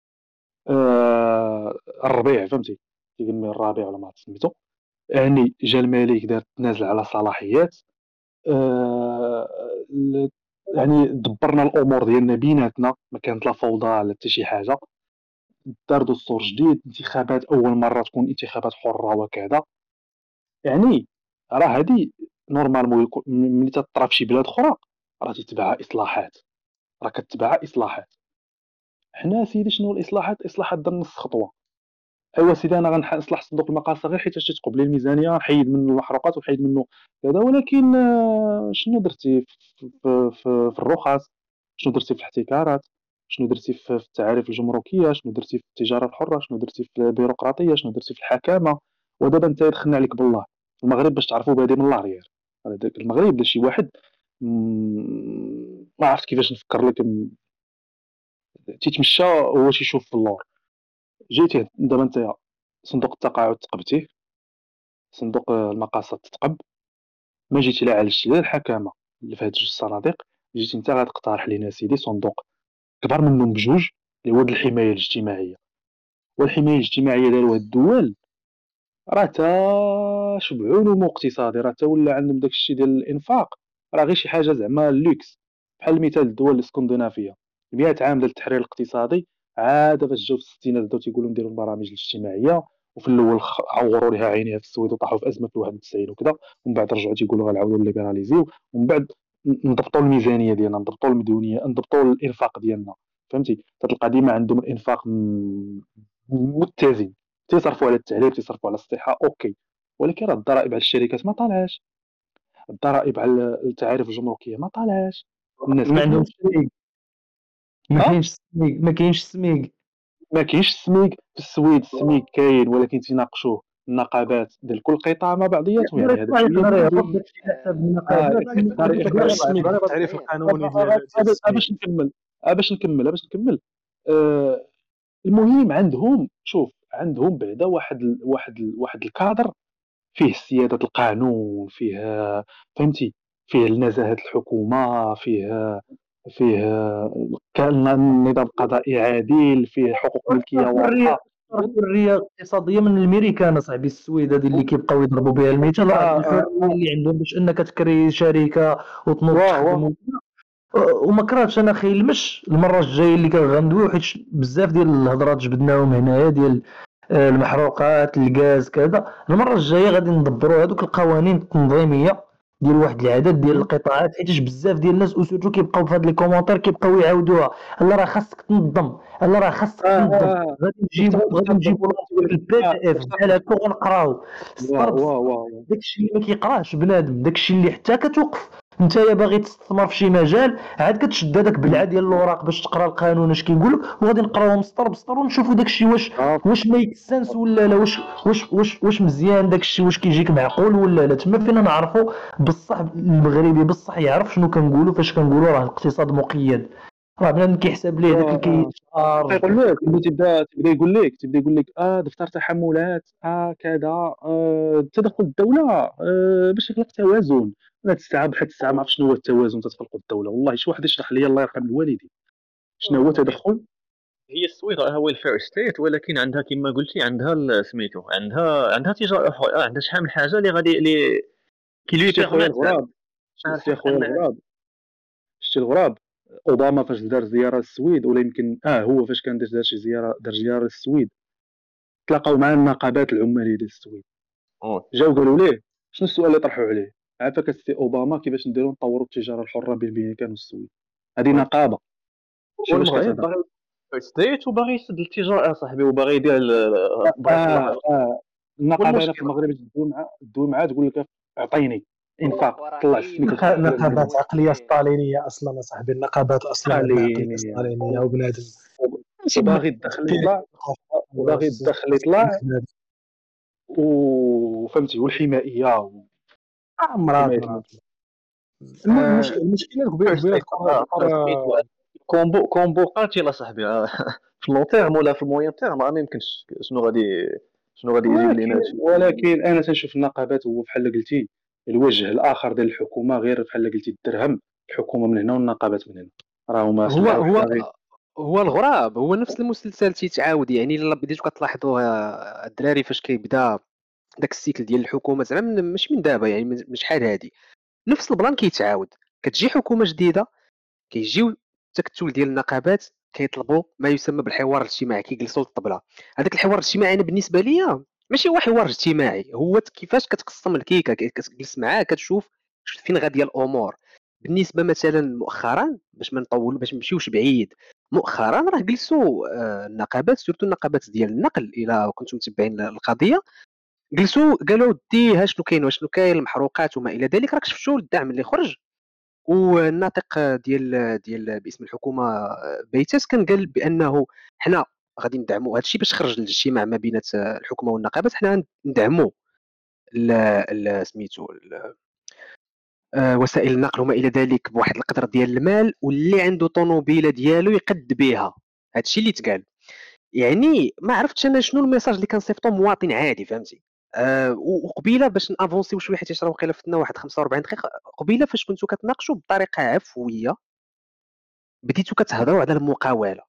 آه الربيع، فهمتي؟ كيقول الربيع ولا ما عرفت سميتو. يعني جا الملك دار تنازل على صلاحيات. آه ل- يعني دبرنا الامور ديالنا بيناتنا، ما كانت لا فوضى لا حتى شي حاجه. دار دستور جديد، انتخابات اول مره تكون انتخابات حره وكذا. يعني راه هادي نورمالمون يكون ملي تطرا في شي بلاد اخرى راه تتبعها اصلاحات، راه كتبعها اصلاحات. حنا سيدي شنو الاصلاحات؟ الاصلاحات دار نص خطوه. ايوا سيدي انا غنصلح صندوق المقاصه غير حيت تقبل لي الميزانيه، نحيد منه المحروقات ونحيد منه كذا. ولكن آه، شنو درتي في, في, في, في الرخص؟ شنو درتي في الاحتكارات؟ شنو درتي في في التعاريف الجمركيه؟ شنو درتي في التجاره الحره؟ شنو درتي في البيروقراطيه؟ شنو درتي في الحكامه؟ ودابا انت دخلنا عليك بالله. المغرب باش تعرفوا بادي من لاريير. هذاك المغرب بدا شي واحد مم، ما عرفت كيفاش نفكر لك، م- تيتمشى هو تيشوف في اللور. جيتي دابا انت صندوق التقاعد تقبتيه، صندوق المقاصد تتقب، ما جيتي لا عالجتي لا الحكامه اللي في هاد جوج الصناديق، جيتي انت غتقترح لينا سيدي صندوق كبر منهم بجوج اللي هو د الحمايه الاجتماعيه. والحمايه الاجتماعيه ديالو هاد الدول راه تا شبعوا نمو اقتصادي، راه تا ولا عندهم داك الشيء ديال الانفاق، راه غير شي حاجه زعما لوكس. بحال مثال الدول الاسكندنافيه مئة عام ديال التحرير الاقتصادي، عاد فاش جاو في الستينات بداو تيقولوا نديروا البرامج الاجتماعيه، وفي الاول خ- عوروا ليها عينيها في السويد وطاحوا في ازمه في واحد وتسعين وكذا، ومن بعد رجعوا تيقولوا غنعاودوا ليبراليزيو، ومن بعد ن- نضبطوا الميزانيه ديالنا، نضبطوا المديونيه، نضبطوا الانفاق ديالنا، فهمتي؟ تلقى ديما عندهم الانفاق م- متزن، تيصرفوا على التعليم، تيصرفوا على الصحه، اوكي. ولكن راه الضرائب على الشركات ما طالعاش، الضرائب على التعاريف الجمركيه ما طالعاش، الناس ما ما عندهمش فهمتش. سميك، ما ها كاينش سميك، ما كاينش سميك. ما كاينش السميك في السويد، السميك كاين ولكن تيناقشوه النقابات ديال كل قطاع مع بعضياتهم، يقدر يعني هذاك يطلع شويه يقدر مزيان. يهبط داكشي على حساب اه النقابات. قلت لك ضريبه قلت لك ضريبه السميك ضريبه التعريف ضريبه القانوني ديال ديال آه، السميك. باش نكمل آه، باش نكمل آه، باش نكمل آه، المهم عندهم، شوف عندهم بعدا واحد ال واحد ال واحد الكادر فيه سيادة القانون، فيه فهمتي، فيه نزاهة الحكومة، فيه فيه كان النظام القضائي عادل، فيه حقوق ملكية واكثر حريه، واضحة. اكثر حريه اقتصاديه من الامريكان اصاحبي. السويد هذه اللي كيبقاو يضربوا بها المثال، راه اه الحريه اه اه اللي عندهم باش انك تكري شركه وتنوض واه تخدم واه وكذا. وما كرهتش انا خيل المش المره الجايه اللي كنغندويو، حيت بزاف ديال الهضرات جبدناهم هنايا ديال آه، المحروقات الغاز كذا. المره الجايه غادي ندبروا هذوك القوانين التنظيميه ديال واحد العدد ديال مم. القطاعات، حيت بزاف ديال الناس وسورتو كيبقاو في هاد لي كومونتير كيبقاو يعاودوها. لا راه خاصك تنظم، لا راه خاصك اه تنظم. اه غادي شفت نجيبو غادي تقدم نجيبو تقول لك البي اه دي اف شفت بحال هكا ونقراو واه السطر واه بسطر. واه داكشي اللي ما كيقراش بنادم، داكشي اللي حتى كتوقف انت يا باغي تستثمر في شي مجال، عاد كتشد هذاك بالعاد ديال الاوراق باش تقرا القانون اش كيقول لك، وغادي نقراوهم مسطر بسطر ونشوفوا داك الشيء واش آه، واش ميك سنس ولا لا، واش واش واش واش مزيان داك الشيء، واش كيجيك معقول ولا لا. تما فينا نعرفوا بصح المغربي بصح يعرف شنو كنقولوا فاش كنقولوا راه الاقتصاد مقيد، راه بنادم كيحسب ليه داك آه، آه. الكيشارج. كيقول لك اللي تبدا تبدا يقول لك تبدا يقول لك اه دفتر تحملات اه كذا آه تدخل الدوله آه باش يخلق توازن. هاد الساعه بحد الساعه ما عرفت شنو هو التوازن تتخلق الدوله، والله شي واحد يشرح لي الله يرحم الوالدين شنو هو تدخل. هي السويد راه هو الفير ستيت، ولكن عندها كما قلتي عندها ال- سميتو عندها عندها تجاره اخرى، عندها شحال من حاجه اللي غادي اللي كي لي شتي خويا بيرميت الغراب، لها شتي الحق خويا ان الغراب، شتي الغراب. اوباما فاش دار زياره للسويد، ولا يمكن اه هو فاش كان دار دار شي زياره دار زياره للسويد، تلاقاو مع النقابات العماليه ديال السويد، أوه. جاو قالوا ليه شنو السؤال اللي طرحوا عليه؟ عافاك السي اوباما كيفاش نديرو نطوروا التجاره الحره بين الامريكان والسويد. هذه نقابه شي واش والمغرب كتهضر. باغي الفير ستيت وباغي يسد التجاره صاحبي، وباغي يدير ال- بغيت الله. اه اه النقابه هنا في والمشكل المغرب تدوي مع تدوي معاه تقول لك اعطيني انفاق وراه طلع اي سميتو نق- مشكل الفلوس. نقابات عقليه المشكل ستالينيه اصلا صاحبي، النقابات اصلا عندها عقليه خليني ستالينيه وبنادم ماشي وباغي بنادم الدخل كاين يطلع، وباغي الدخل يطلع وفهمتي والحمائيه مرات وحمايه مرات المنتج. الم- المشكله المشكله قبيله فيرست قبيله ستيت تقرر تقرر كومبو كومبو قاتل اصاحبي في اللون تيرم ولا في الموين تيرم راه ما يمكنش. شنو غادي شنو غادي يجيب لينا ولكن هادشي؟ ولكن انا تنشوف النقابات هو بحال قلتي الوجه الاخر ديال الحكومه، غير بحال قلتي الدرهم، الحكومه من هنا والنقابات من هنا، راهما هو سمعوا هو حتى غير. هو الغراب هو نفس المسلسل تيتعاود، يعني الا بديتو كتلاحظوا آه، الدراري فاش كيبدا داك السيكل ديال الحكومه زعما من- ماشي من دابا، يعني من من شحال هادي نفس البلان كيتعاود. كتجي حكومه جديده كيجيو التكتل ديال النقابات كيطلبوا ما يسمى بالحوار الاجتماعي، كيجلسوا للطبله. هذاك الحوار الاجتماعي انا بالنسبه ليا ماشي هو حوار اجتماعي، هو ت- كيفاش كتقسم الكيكه، كي- كتجلس معاه كتشوف فين غاديه الامور. بالنسبه مثلا مؤخرا باش ما نطول باش ما نمشيوش بعيد، مؤخرا راه جلسوا آه، النقابات سورتو النقابات ديال النقل الى كنتم متبعين القضيه، جلسوا قالوا دي ها شنو كاين وشنو كاين المحروقات وما الى ذلك. راك شفتوا الدعم اللي خرج، والناطق ديال ديال باسم الحكومه بيتاس كان قال بانه حنا غادي ندعموا هذا الشيء باش خرج الاجتماع ما بين الحكومه والنقابات، حنا ندعموا ال- ال- سميتو ال- آه، وسائل النقل وما الى ذلك بواحد القدر ديال المال، واللي عنده طوموبيله ديالو يقد بها. هذا الشيء اللي تقال. يعني ما عرفتش انا شنو الميساج اللي كنصيفطو مواطن عادي، فهمتي. أه و- وقبيله باش نافونسيو شويه حيت راه وقيله فتنا واحد خمسة وأربعين دقيقه قبيله فاش كنتو كتناقشوا بطريقه عفويه، بديتو كتهضروا على المقاوله،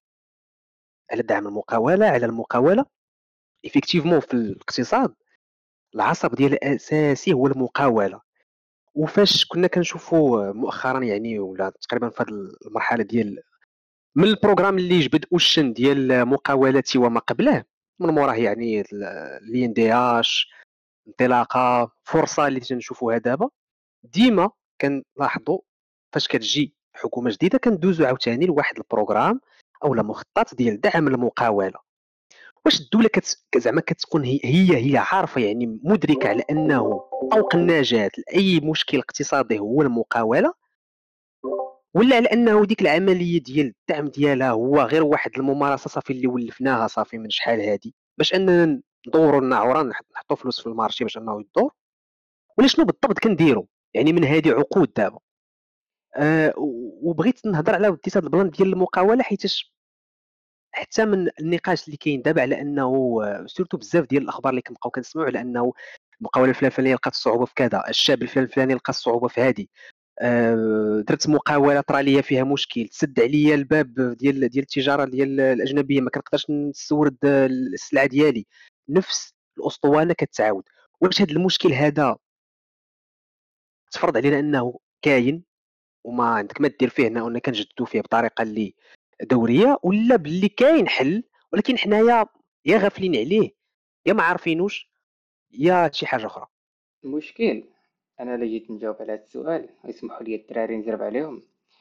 على دعم المقاوله، على المقاوله. ايفيكتيفمون في الاقتصاد العصب ديال الاساسي هو المقاوله. وفاش كنا كنشوفوا مؤخرا يعني ولا تقريبا في هذه المرحله ديال من البروغرام اللي جبد اوشن ديال مقاولتي وما قبله، من موراه يعني الان دي اش، انطلاقه، فرصه اللي تنشوفوها دابا، ديما كنلاحظوا فاش كتجي حكومه جديده كندوزو عاوتاني لواحد البروغرام او مخطط ديال دعم المقاوله. واش الدوله كت... زعما كتكون هي هي هي عارفه يعني مدركه على انه طوق النجاه لاي مشكل اقتصادي هو المقاوله، ولا على انه ديك العمليه ديال الدعم ديالها هو غير واحد الممارسه صافي اللي ولفناها صافي من شحال هادي باش اننا ندوروا الناعوره نحطوا فلوس في المارشي باش انه يدور، ولا شنو بالضبط كنديروا يعني من هذه عقود دابا. أه وبغيت نهضر على وديت هذا البلان ديال المقاوله حيتاش حتى من النقاش اللي كاين دابا على انه آه، سورتو بزاف ديال الاخبار اللي كنبقاو كنسمعوا على انه المقاوله الفلان الفلانيه لقات الصعوبه في كذا، الشاب الفلان الفلاني لقى الصعوبه في هذه، آه، درت مقاوله طرا ليا فيها مشكل، تسد عليا الباب ديال ديال التجاره ديال الاجنبيه، ما كنقدرش نستورد السلعه ديالي. نفس الاسطوانه كتعاود. واش هذا المشكل هذا تفرض علينا انه كاين وما عندك ما دير فيه هنا وأنا كنجددوا فيه بطريقه اللي دوريه، ولا باللي كاين حل ولكن حنايا يا غافلين عليه يا ما عارفينوش يا شي حاجه اخرى؟ المشكل انا اللي جيت نجاوب على هذا السؤال، يسمحوا لي الدراري نزرب عليهم.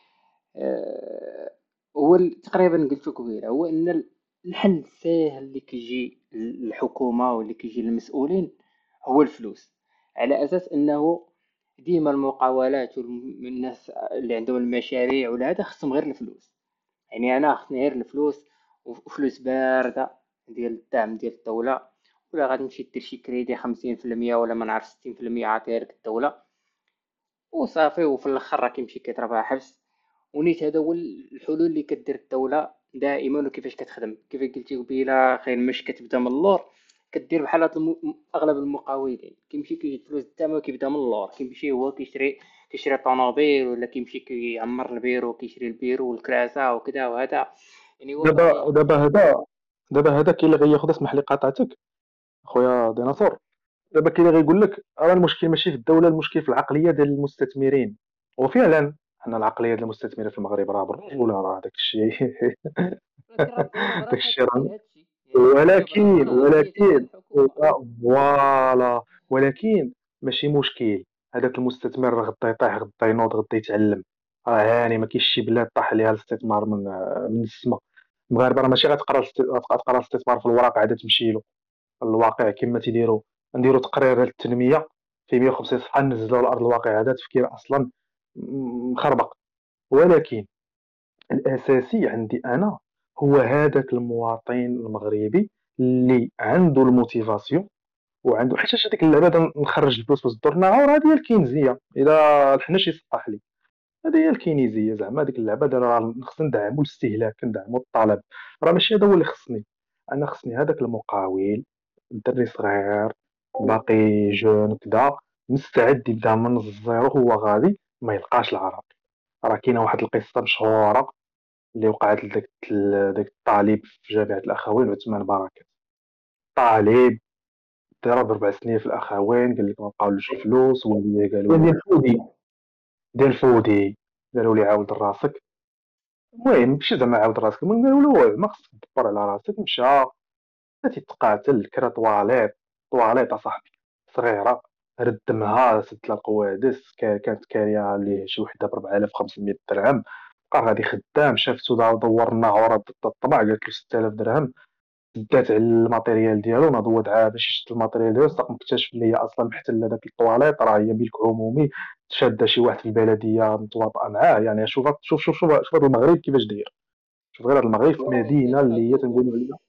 آه، هو ال- تقريبا قلتو قبيله، هو ان ال- الحل الساهل اللي كيجي للحكومه واللي كيجي للمسؤولين هو الفلوس، على اساس انه ديما المقاولات والناس اللي عندهم المشاريع ولا هذا خصهم غير الفلوس. يعني انا خصني غير الفلوس وفلوس بارده ديال الدعم ديال الدوله، ولا غادي تمشي دير شي كريدي خمسين في المية ولا ما نعرف ستين في المية عاطيها لك الدوله وصافي، وفي الاخر راه كيمشي كيضربها حبس. ونيت هذا هو الحلول اللي كدير الدوله دائما. وكيفاش كتخدم كيف قلتي قبيله خير مش كتبدا من اللور، كدير بحال هاد الم... اغلب المقاولين كيمشي كيجي فلوس تما كيبدا من اللور، كيمشي هو كيشري كيشري طوموبيل ولا كيمشي كيعمر البيرو كيشري البيرو والكراسه وكذا وهذا. يعني هو دابا باغي. دابا هذا دابا هذا كاين اللي غياخذ، اسمح لي قاطعتك خويا ديناصور. دابا كاين اللي غيقول لك راه المشكل ماشي في الدوله، المشكل في العقليه ديال المستثمرين. وفعلا حنا العقليه ديال المستثمرين في المغرب راه بالرجوله، راه داك الشيء ولكن راه الدوله داك براسها الشيء كدير راه. هادشي، يعني الدوله ولكن براسها هي تابعه ولكن للحكومه. فوالا ولكن ماشي مشكل. هذاك المستثمر راه غدا يطيح، غدا ينوض، غدا يتعلم. راه هاني ما كاينش شي بلاد طاح عليها الاستثمار من من السماء. المغاربه راه ماشي غتقرا الاست- غتقرا الاستثمار في الوراق عاد تمشي له الواقع كما تيديروا. نديروا تقرير للتنميه في مية وخمسين صفحه نزلوا على ارض الواقع، هذا تفكير اصلا مخربق. ولكن الاساسي عندي انا هو هذاك المواطن المغربي اللي عنده الموتيفاسيون وعنده، حيت هذيك اللعبه دا نخرج الفلوس باش تدور نهار، راه هي الكنزيه اذا الحنا شي صحح لي. هذه هي الكينيزيه زعما، هذيك اللعبه دابا راه خصنا ندعموا الاستهلاك، ندعموا الطلب. راه ماشي هذا هو اللي خصني. انا خصني هذاك المقاول، الدري صغير باقي جون كدا، مستعد يبدا من الزيرو، هو غادي ما يلقاش العرب. راه كاينه واحد القصه مشهوره اللي وقعت لذاك داك الطالب في جامعه الاخوين عثمان بركات. طالب ضرب ربع سنين في الاخوين، قال لك ما بقاولوش الفلوس، واللي قالوا له ديال فودي. دير فودي، قالوا لي عاود راسك. المهم مشى زعما عاود راسك، المهم قالوا له ما خصك تدبر على راسك. مشى تيتقاتل، كرا طواليط، طواليط اصاحبي صغيره، ردمها، سد لها القوادس، كا- كانت كاريه ليه شي وحده ب أربعة آلاف وخمسمية درهم. بقى غادي خدام، شافتو دا- دور الناعوره الطبع، قالت له ستة آلاف درهم. دات على الماتيريال ديالو، ناض هو دعا باش يشد الماتيريال ديالو، صدق مكتشف اللي هي اصلا محتله داك الطواليط، راه هي ملك عمومي، شاده شي واحد في البلديه متواطئه معاه. يعني شوف شوف شوف شوف شوف هذا المغرب كيفاش داير. شوف غير هذا المغرب في ديال مدينه اللي هي الحكومه. تنقولوا عليها،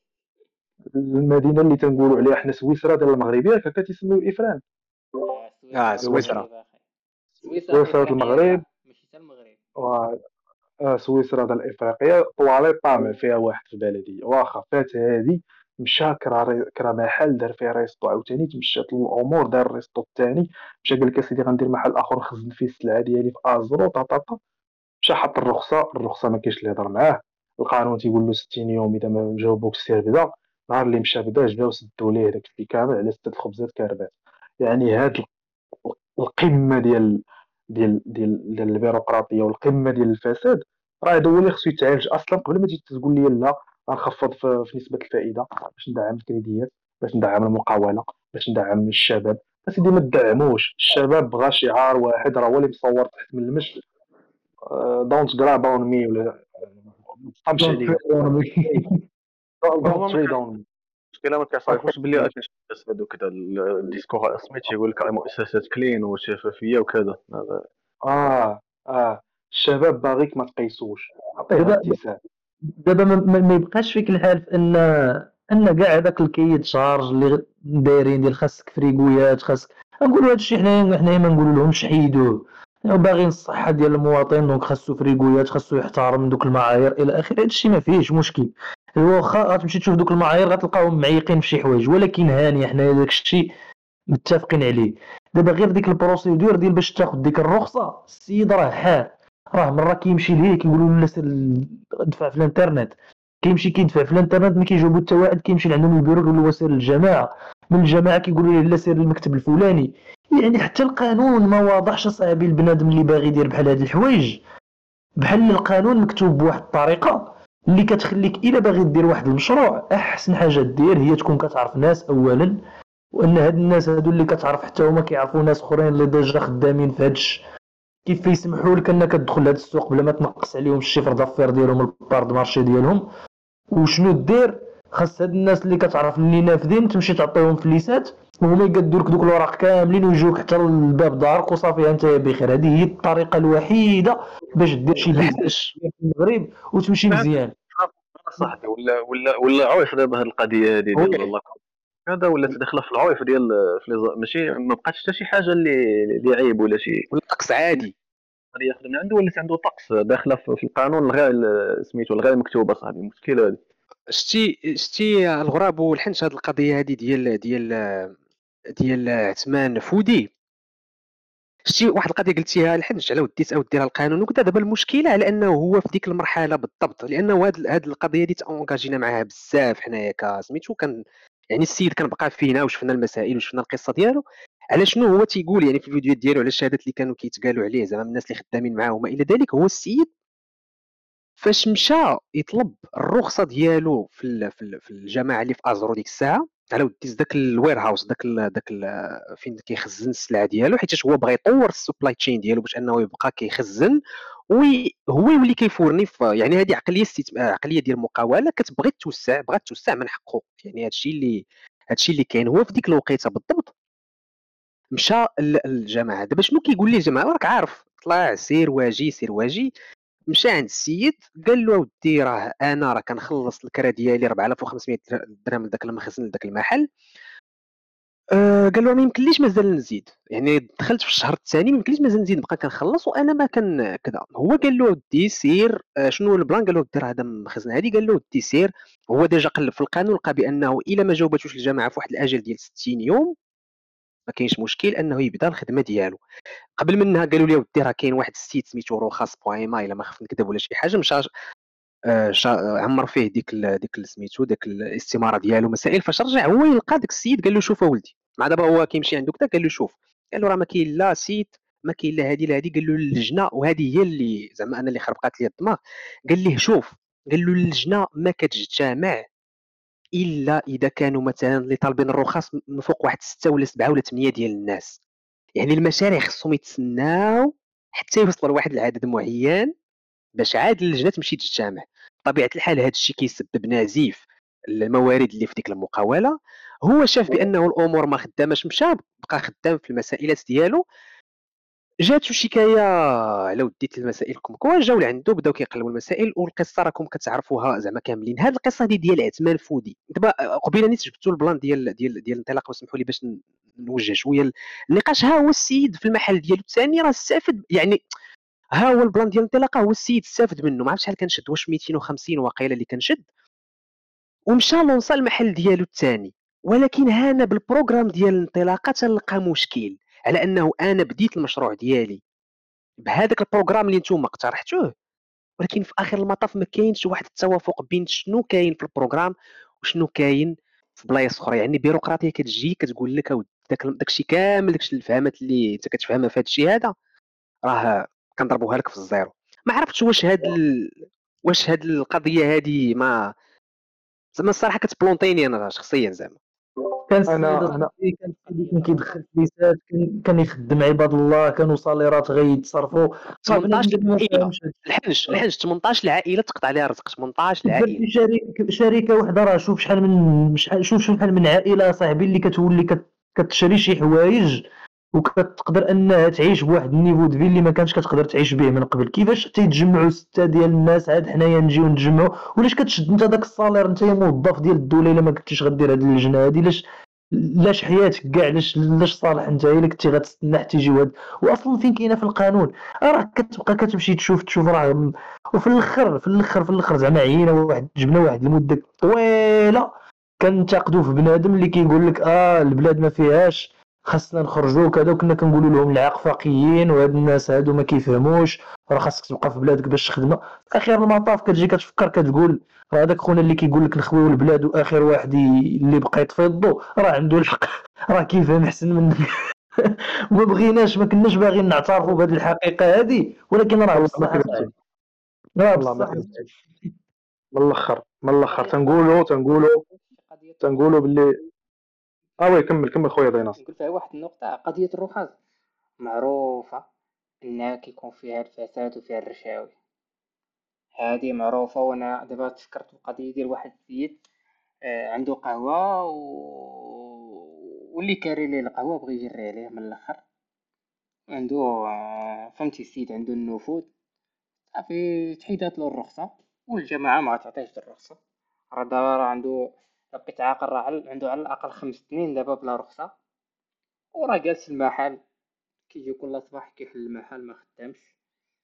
المدينه اللي تنقولوا عليها حنا سويسرا ديال المغرب، ياك هكا تيسميو الافران. آه، اه سويسرا سويسرا. المغرب اخي. سويسرا في سويسرا افريقيا المغرب. كاع ماشي حتى المغرب. و آه، سويسرا ديال افريقيا، طواليط طامع فيها واحد في البلديه، واخا فات هادي، مشى كرا ري- كرا محل، دار فيه ريستو، عاوتاني تمشات الامور، دار الريستو الثاني. مشى قال لك اسيدي غندير محل اخر نخزن فيه السلعه ديالي في ازرو طاطاطا. مشى حط الرخصه، الرخصه ما كاينش اللي يهضر معاه، القانون تيقول له ستين يوم اذا ما جاوبوك سير بدا. نهار اللي مشى بدا، جاو سدوا ليه داك الشيء كامل على ستة الخبزات كاربات. يعني هاد القمه ديال ديال ديال ديال البيروقراطيه والقمه ديال الفساد. راه هذا هو اللي خصو يتعالج اصلا، قبل ما تجي تقول لي لا غنخفض في, في نسبه الفائده باش ندعم الكريديات، باش ندعم المقاوله، باش ندعم الشباب. اسيدي ما تدعموش الشباب، بغى شعار واحد راه هو اللي مصور تحت من المش، دونت جراب اون مي، ولا ما تطمش دونت عليا، دونت هما ما تريد كان- اون. المشكله ما كيعرفوش بلي كاين شي ناس هذوك كذا الديسكور سميت يقول لك مؤسسات كلين وشفافيه وكذا. هذا اه اه الشباب باغيك ما تقيسوش، عطيه دابا اتساع. دابا ما, ما ما يبقاش فيك الحال في ان ان كاع هذاك الكيد شارج اللي دايرين ديال خاصك فريقويات، خاصك نقولوا هذا الشيء حنايا حنايا ما نقولوا لهمش حيدوه، باغيين الصحه ديال المواطن، دونك خاصو فريقويات، خاصو يحترم دوك المعايير الى اخره. هذا الشيء ما فيهش مشكل. هو واخا غتمشي تشوف دوك المعايير غتلقاهم معيقين في شي حوايج، ولكن هاني حنايا داك الشيء متفقين عليه. دابا غير ديك البروسيدور ديال باش تاخذ ديك الرخصه، السيد راه حار، راه مره كيمشي ليه كيقولوا له سير دفع في الانترنت، كيمشي كيدفع في الانترنت، ما كيجاوبو حتى واحد، كيمشي لعندهم البيرو يقول له سير للجماعه، من الجماعه كيقولوا ليه لا سير للمكتب الفلاني. يعني حتى القانون ما واضحش صاحبي. البنادم اللي باغي يدير بحال هاد الحوايج، بحال القانون مكتوب بواحد الطريقه اللي كتخليك الا باغي دير واحد المشروع، احسن حاجه دير هي تكون كتعرف ناس اولا، وان هاد الناس هادو اللي كتعرف حتى هما كيعرفوا ناس اخرين اللي ديجا خدامين في هادش، كيف يسمحوا لك انك تدخل لهاد السوق بلا ما تنقص عليهم الشيفر دافير ديالهم البارد مارشي ديالهم. وشنو دير؟ خاص هاد الناس اللي كتعرف اللي نافذين تمشي تعطيهم فليسات وهما يقدوا لك دوك الوراق كاملين ويجوك حتى للباب دارك وصافي انت بخير. هذه هي الطريقه الوحيده باش دير شي بيزنس الحنش في المغرب وتمشي مزيان. صاحبي ولا ولا ولا عويف دابا هاد القضيه هادي هو ديال الله هذا ولات داخله في العويف ديال في لي ز- ماشي ما بقاتش حتى شي حاجه اللي اللي عيب ولا شي ولا طقس عادي. غادي ياخذ من عنده، ولات عنده طقس داخله في في القانون الغير سميتو الغير مكتوبه. صاحبي المشكله هذه. شتي شتي الغراب والحنش، هاد القضيه هادي ديال ديال ديال عثمان فودي. شتي واحد القضيه قلتيها الحنش على وديت او ديرها القانون وكذا. دابا المشكله على انه هو في ديك المرحله بالضبط، لانه هاد هاد القضيه هادي تاونجاجينا معاها بزاف حنايا كسميتو. كان يعني السيد كان بقى فينا وشفنا المسائل وشفنا القصه ديالو على شنو هو تيقول يعني في الفيديوهات ديالو على الشهادات اللي كانوا كيتقالوا عليه زعما من الناس اللي خدامين معاه وما الى ذلك. هو السيد فاش مشى يطلب الرخصه ديالو في ال- في ال- في الجماعه اللي في ازرو ديك الساعه على ودي داك الوير هاوس، داك ال داك ال فين كيخزن السلعه ديالو، حيت هو بغى يطور السبلاي تشين ديالو باش انه يبقى كيخزن وهو يولي كيفورني في. يعني هذه عقليه استثم... عقليه ديال المقاوله كتبغي توسع، بغات توسع من حقه. يعني هادشي اللي هادشي اللي كاين. هو في ديك الوقيته بالضبط مشى للجماعه. دابا شنو كيقول ليه الجماعه؟ راك عارف طلع سير واجي سير واجي. مشى عند السيد قال له اودي راه انا راه كنخلص الكرا ديالي أربعة آلاف وخمسمية درهم لذاك المخزن لذاك المحل. أه قال له ما يمكنليش مازال نزيد، يعني دخلت في الشهر الثاني ما يمكنليش مازال نزيد نبقى كنخلص وانا ما كان كذا. هو قال له ودي سير. أه شنو البلان؟ قال له دير هذا المخزن هذه. قال له ودي سير. هو ديجا قلب في القانون لقى بانه الا ما جاوباتوش الجماعه في واحد الاجل ديال ستين يوم ما كاينش مشكل انه يبدا الخدمه ديالو. قبل منها قالوا لي ودي راه كاين واحد السيت سميتو روخاص بويما الا ما خفت نكذب ولا شي حاجه. مشى آه، شا- عمر فيه ديك ال ديك ال- سميتو ديك الاستماره ديالو مسائل. فاش رجع هو يلقى داك السيد قال له شوف اولدي، مع دابا هو كيمشي عنده كذا قال له شوف. قال له راه ما كاين لا سيت، ما كاين لا هذه لا هذه. قال له اللجنه، وهذه هي اللي زعما انا اللي خربقات لي الدماغ. قال له شوف، قال له اللجنه ما كتجتمع الا اذا كانوا مثلا اللي طالبين الرخص من فوق واحد ستة ولا سبعة ولا ثمانية ديال الناس. يعني المشاريع خصهم يتسناو حتى يوصلوا لواحد العدد معين باش عاد اللجنه تمشي تجتمع. بطبيعه الحال هذا الشيء كيسبب نزيف الموارد اللي في ديك المقاوله. هو شاف بانه الامور ما خداماش، مشى بقى خدام في المسائلات ديالو. جاتو شكايه على وديت المسائل كمكوا، جاو لعندو بداو كيقلبوا المسائل. والقصه راكم كتعرفوها زعما كاملين. هاد القصه دي ديال عثمان فودي دابا قبيله نيت جبتوا البلان ديال ديال ديال الانطلاق. وسمحوا لي باش ن- نوجه شويه النقاش. ها هو السيد في المحل ديالو الثاني راه استافد يعني. ها هو البلان ديال الانطلاقه هو السيد استافد منه. ما عرفتش شحال كنشد، واش ميتين وخمسين واقيلا اللي كنشد. ومشى لونسا المحل ديالو الثاني. ولكن هنا بالبروغرام ديال الانطلاقه تلقى مشكل على انه انا بديت المشروع ديالي بهذاك البروغرام اللي نتوما اقترحتوه، ولكن في اخر المطاف ما كاينش واحد التوافق بين شنو كاين في البروغرام وشنو كاين في بلايص اخرى. يعني بيروقراطيه كتجي كتقول لك اودي داك داكشي كامل، داكشي الفهمات اللي انت كتفهمها في هذا الشيء هذا راه كنضربوها لك في الزيرو. ما عرفتش واش هاد ال... واش هاد القضيه هادي ما زعما الصراحه كتبلونطيني انا شخصيا زعما. كان السيد انا انا اصاحبي كان السيد كان كيدخل فليسات، كان كان يخدم عباد الله، كانوا صاليرات غيتصرفوا. صعب بنادم ثمنطاش دابا ما عائله فاهمش هاد الحنج الحنج ثمنطاش العائله تقطع عليها رزق. ثمنطاش الشيء. العائله. في شركه شركه وحده راه شوف شحال من شحال شوف شحال من عائله صاحبي اللي كتولي كت- كتشري شي حوايج وكتقدر انها تعيش بواحد النيفو دو في اللي ما كانش كتقدر تعيش به من قبل. كيفاش تيتجمعوا سته ديال الناس عاد حنايا نجيو نتجمعوا؟ ولاش كتشد انت داك الصالير؟ انت موظف ديال الدوله الا ما كنتيش غدير هاد اللجنه هادي، لاش لاش حياتك كاع؟ لاش لاش صالح انت الا كنتي غتستنى حتى يجيو هاد؟ واصلا فين كاينه في القانون؟ راه كتبقى كتمشي تشوف تشوف راه. وفي الاخر في الاخر في الاخر زعما عينا واحد، جبنا واحد المده طويله كنتاقدوا في بنادم اللي كيقول لك اه البلاد ما فيهاش، خاصنا نخرجوا كذا. وكنا كنقولوا لهم العقفاقيين وهاد الناس هادو ما كيفهموش، راه خاصك تبقى في بلادك باش تخدم. في اخر المطاف كتجي كتفكر كتقول راه هذاك خونا اللي كيقول لك نخويو البلاد واخر واحد ي- اللي بقى يطفي الضو راه عنده الحق. راه كيفهم احسن منك. وما بغيناش، ما كناش باغيين نعترفوا بهذه الحقيقه هذه، ولكن راه والله ما بصح كذبتي، صعيب. راه والله ما بصح كذبتي. من الاخر من الاخر قضية تنقولوا تنقولوا قضية تنقولوا باللي اه وي كمل كمل خويا ديناس. نقول فيها واحد النقطة. قضية الرخص معروفة انها كيكون فيها الفساد وفيها الرشاوي، هذه معروفة. وانا دابا تفكرت بالقضية ديال واحد السيد آه، عنده قهوة و... واللي كاري ليه القهوه بغى يجري عليه من الاخر، عنده آه، فهمتي السيد عنده النفوذ، صافي تحيدات له الرخصه والجماعه ما تعطيهش الرخصه. راه دابا راه عنده بقيت تعاقل، راه عل- عنده على الاقل خمس سنين دابا بلا رخصه، وراه جالس في المحل كيجي كل صباح كيحل المحل ما خدامش،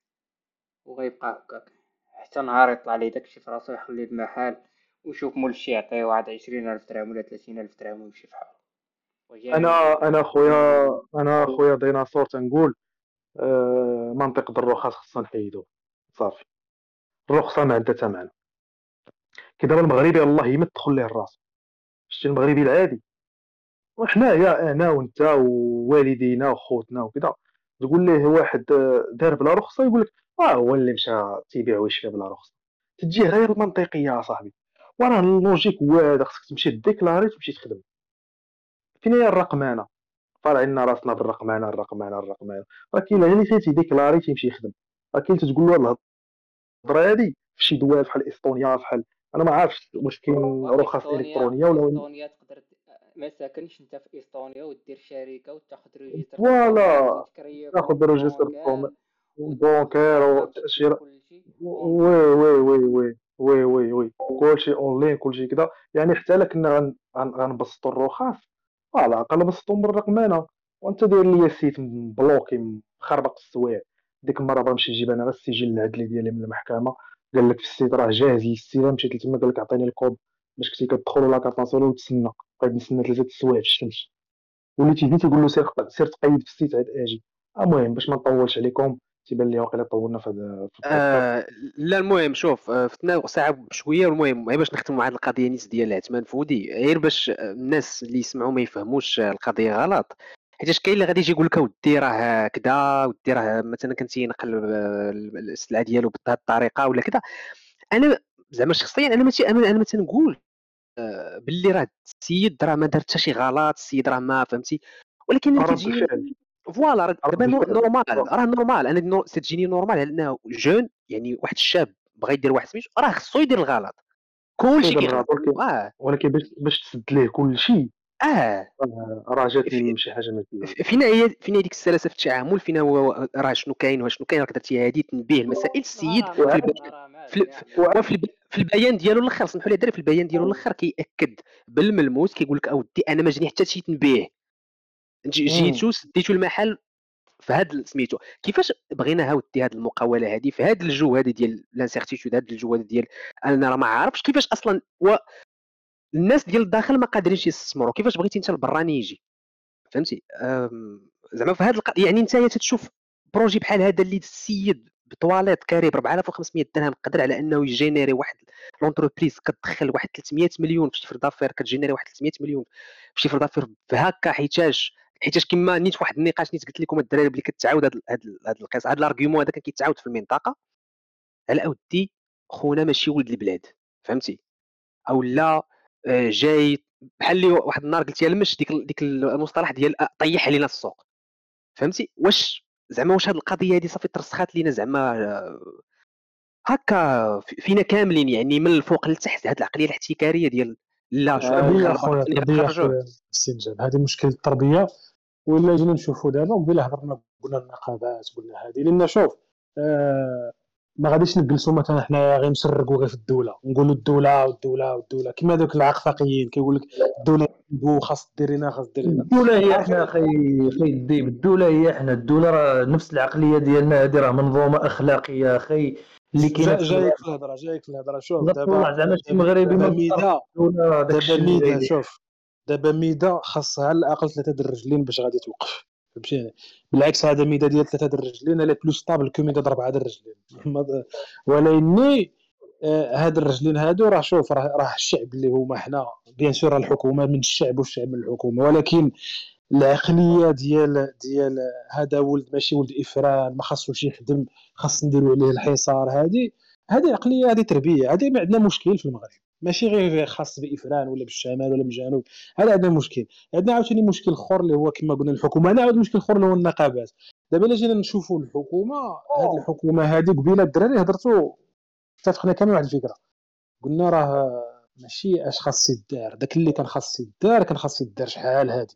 وغيبقى هكاك حتى نهار يطلع ليه داكشي في راسو يخلي المحل ويشوف مولشي يعطيه واحد عشرين الف درهم ولا ثلاثين الف درهم ويمشي فحالو انا وجاي. انا خويا انا خويا ديناصور تنقول آه منطق د الرخص خصنا نحيدوه صافي. الرخصه ما عندها ثمن. كي دابا المغربي الله يمدخل ليه الراس، شتي المغربي العادي وحنايا انا وانت ووالدينا وخوتنا وكذا، تقول ليه واحد آه، دار بلا رخصه يقول لك اه هو اللي مشى تيبيع ويشري بلا رخصه. تجي غير المنطقيه يا صاحبي، وراه اللوجيك هو هذا، خصك تمشي ديكلاري وتمشي تخدم. فين هي الرقمنه؟ طالعين راسنا بالرقمنه الرقمنه الرقمنه، راه كاين اللي تيتي ديكلاري تيمشي يخدم، راه كاين تتقول له الهضره هذه في شي دول بحال استونيا بحال انا ما عارفش واش كاين في رخص استونيا الكترونيه في ولا. استونيا تقدر ت- ما ساكنش انت في استونيا ودير شركه وتاخذ ريجستر في الكوميرس فوالا وتكري ناخذ كونت ريجستر بونكال بونكير وتدخل وتاشيره. كلشي وي اونلاين. وي وي وي وي وي وي كلشي اونلاين كلشي كذا. يعني حتى الا كنا غن- غن- غنبسطوا الرخص على الاقل بسطوا بالرقمنه، وانت داير لي السيت بلوكي مخربق السوايع. ديك المره بغا نمشي نجيب انا غير السجل العدلي ديالي من المحكمه، قال لك في السيت راه جاهز للاستلام، مشيت لتما قال لك عطيني الكود باش كنتي كتدخل ولا كتنصلي وتسنى. بقيت نسنى ثلاثه السوايع في الشمس، وليتي جيت تقول له سير سير تقيد في السيت عاد اجي. المهم باش ما نطولش عليكم، تيبان لي واقيلا طولنا في هذا في البودكاست. آه لا المهم شوف، آه، فتنا ساعه بشويه. المهم غير باش نختم مع هذه القضيه نيت ديال العثمان فودي، غير باش آه، الناس اللي يسمعوا ما يفهموش آه، القضيه غلط. حيت كاين اللي غادي يجي يقول لك اودي راه كذا، ودي راه مثلا كنتي نقل آه، السلعه ديالو بهذه الطريقه ولا كذا. انا زعما شخصيا انا ماشي انا انا ما تنقول باللي راه السيد راه ما دار حتى شي غلط، السيد راه ما فهمتي. ولكن انا رد كتجيني الفعل فوالا راه رد دابا نو- الفعل نورمال، راه نورمال انا نو- تجيني نورمال على انه جون، يعني واحد الشاب بغى يدير واحد سميتو راه خصو يدير الغلط، كلشي خصو يدير كيغلط. الغلط، ولكن اه ولكن باش باش تسد ليه كل شيء اه راه جاتني في- شي حاجه مزيان. فينا هي فينا هي ديك السلاسه في التعامل، فينا هو راه شنو كاين وشنو كاين، راك درتي هذه تنبيه المسائل ما السيد راه في ما الب... ما راه ما في, كاع في, ما هو في, الب... في البيان ديالو الاخر، سمحوا لي دري، في البيان ديالو الاخر كيأكد بالملموس، كيقول لك اودي انا ما جاني حتى شي تنبيه، ج- امم جيتو سديتو المحل في هذا سميتو. كيفاش بغينا ودي هذه المقاوله هذه في هذا الجو هذه ديال لانسيرتيتود، هذا الجو هذا ديال انا راه ما عارفش كيفاش اصلا و... الناس ديال الداخل ما قادرينش يستثمروا، كيفاش بغيتي انت البراني يجي فهمتي. أم، زعما في هذا الق... يعني انت تتشوف بروجي بحال هذا اللي السيد بطواليت كاري ب أربعة آلاف وخمسمية درهم قدر على انه يجينيري واحد لونتربريز كتدخل واحد ثلاثمية مليون في شفر دافير، كتجينيري واحد ثلاثمية مليون في شفر دافير بهكا. حيتاش حيتاش كما نيت في واحد النقاش نيت قلت لكم الدراري بلي كتعاود هذا هذا هذا القصه، هذا الارغيومون هذا كان كيتعاود في المنطقه على اودي خونا ماشي ولد البلاد فهمتي، او لا آه، جاي بحال اللي واحد النهار قلت يا لمش ديك ديك المصطلح ديال آه، طيح علينا السوق فهمتي. واش زعما واش هذه القضيه هذه صافي ترسخات لينا زعما آه، هكا في- فينا كاملين، يعني من الفوق لتحت هذه العقليه الاحتكاريه ديال لا شوف تربيه الخربق اخويا اللي تربيه غتخرجوه. اخويا السنجاب، هذه مشكل التربيه. ولا جينا نشوفوا دابا قبيله هضرنا قلنا النقابات قلنا هذه، لان شوف آه ما غاديش نجلسوا مثلا حنايا غير نسرقوا غير في الدوله ونقولوا الدوله والدوله والدوله كما دوك العقفقيين كيقول لك الدوله خاص دير لنا خاص دير لنا. الدولة هي عارفين احنا خي خي الديب، الدولة هي احنا، الدولة راه نفس العقلية ديالنا هذه، راه منظومة أخلاقية خي اللي كاينة جا- في جايك الغرب. في الهضره جايك في الهضره شوف لا دابا تطلع زعما شي دابا مغربي دابا ما بيطرف ميدا الدولة، راه داك دابا الشيء اللي ميدا غايدير. شوف دابا ميدا خاصها على الاقل ثلاثه د الرجلين باش غادي توقف، فهمتيني. بالعكس هذا ميدا ديال ثلاثه د الرجلين لا بلوس ستابل كو ميدا د اربعه د الرجلين ولاني آه، هاد الرجلين هادو راه شوف راه راه الشعب اللي هما حنا بيان سور الحكومه من الشعب والشعب من الحكومه، ولكن العقليه ديال ديال هذا ولد ماشي ولد افران ما خاصوش يخدم خاص نديروا عليه الحصار، هذه هذه عقليه هذه تربيه، هذه ما عندنا مشكل في المغرب، ماشي غير خاص بافران ولا بالشمال ولا بالجنوب، هذا عندنا مشكل. عندنا عاوتاني مشكل اخر اللي هو كما قلنا الحكومه، انا عاود مشكل اخر اللي هو النقابات. دابا الا جينا نشوفوا الحكومه، هذه الحكومه هذه قبيله الدراري هضرتوا اتفقنا كامل واحد الفكره، قلنا راه ماشي اش خاص يدار، داك اللي كان خاص يدار كان خاص يدار شحال هادي،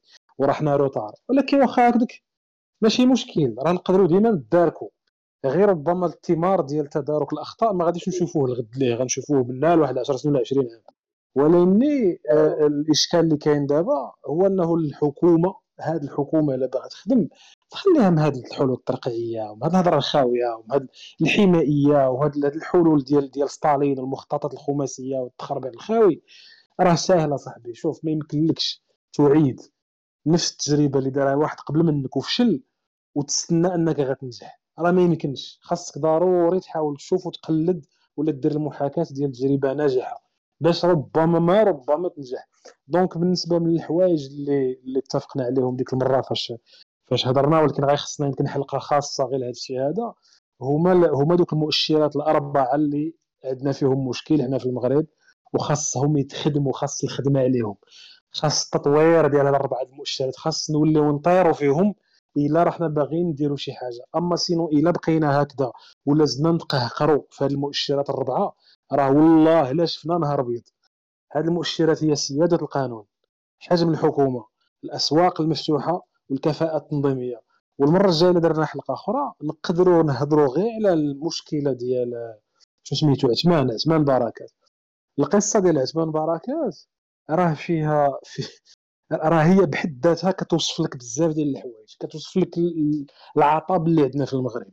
وراه حنا روطار. ولكن واخا هكذاك ماشي مشكل، راه نقدروا ديما نداركوا، غير ربما الثمار ديال تدارك الاخطاء ما غاديش نشوفوه الغد ليه، غنشوفوه بالنا لواحد عشر سنين ولا عشرين عام. ولكن آه، الاشكال اللي كاين دابا هو انه الحكومه، هذه الحكومه الا باغا تخدم تخليها من هذه الحلول الترقيعيه ومن هذه الهضره الخاويه ومن هذه الحمائيه وهذه الحلول ديال ديال ستالين، المخططات الخماسيه والتخربيق الخاوي. راه ساهله صاحبي، شوف ما يمكنلكش تعيد نفس التجربه اللي دارها واحد قبل منك وفشل وتستنى انك غتنجح. راه ما يمكنش، خاصك ضروري تحاول تشوف وتقلد ولا دير المحاكاه ديال تجربه ناجحه باش ربما ما ربما تنجح. دونك بالنسبه من الحوايج اللي اللي اتفقنا عليهم ديك المره فاش فاش هضرنا، ولكن غيخصنا يمكن حلقه خاصه غير لهذا الشيء هذا، هما هما دوك المؤشرات الاربعه اللي عندنا فيهم مشكل هنا في المغرب وخاصهم يتخدموا، خاص الخدمه عليهم، خاص التطوير ديال هاد الاربعه المؤشرات، خاص نوليو نطيروا فيهم الا رحنا باغيين نديروا شي حاجه. اما سينو الا بقينا هكذا ولا زدنا نتقهقروا في هاد المؤشرات الاربعه، راه والله لا شفنا نهار ابيض. هاد المؤشرات هي سياده القانون، حجم الحكومه، الاسواق المفتوحه، والكفاءه التنظيميه. والمره الجايه الا درنا حلقه اخرى نقدروا نهضروا غير على المشكله ديال شو سميتو عثمان عثمان بركات. القصه ديال عثمان بركات راه فيها في راه هي بحد ذاتها كتوصف لك بزاف ديال الحوايج، كتوصف لك العطب اللي عندنا في المغرب.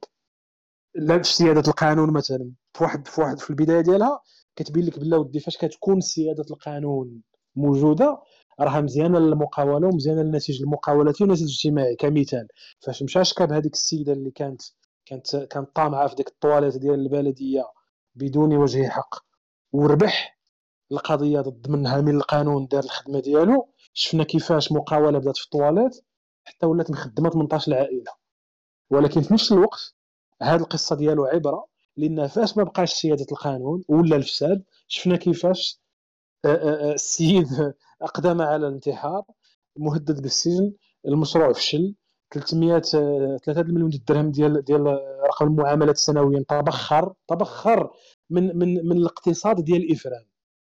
لا في سياده القانون مثلا، في واحد في واحد في البدايه ديالها كتبين لك بلا ودي فاش كتكون سياده القانون موجوده راها مزيانه للمقاوله ومزيانه للنسيج المقاولاتي والنسيج الاجتماعي. كمثال فاش مشى شكاب هذيك السيده اللي كانت كانت كانت طامعه في ديك الطواليت ديال البلديه بدون وجه حق وربح القضيه ضد منها من القانون دار الخدمه ديالو، شفنا كيفاش مقاوله بدات في الطواليت حتى ولات مخدمه ثمنطاش العائله. ولكن في نفس الوقت هذه القصه ديالو عبره، لان فاش ما بقاش سياده القانون ولا الفساد شفنا كيفاش السيد اقدم على الانتحار، مهدد بالسجن، المشروع فشل، ثلاثمية ثلاثة مليون درهم ديال ديال رقم المعاملات سنويا تبخر تبخر من من من الاقتصاد ديال الافران.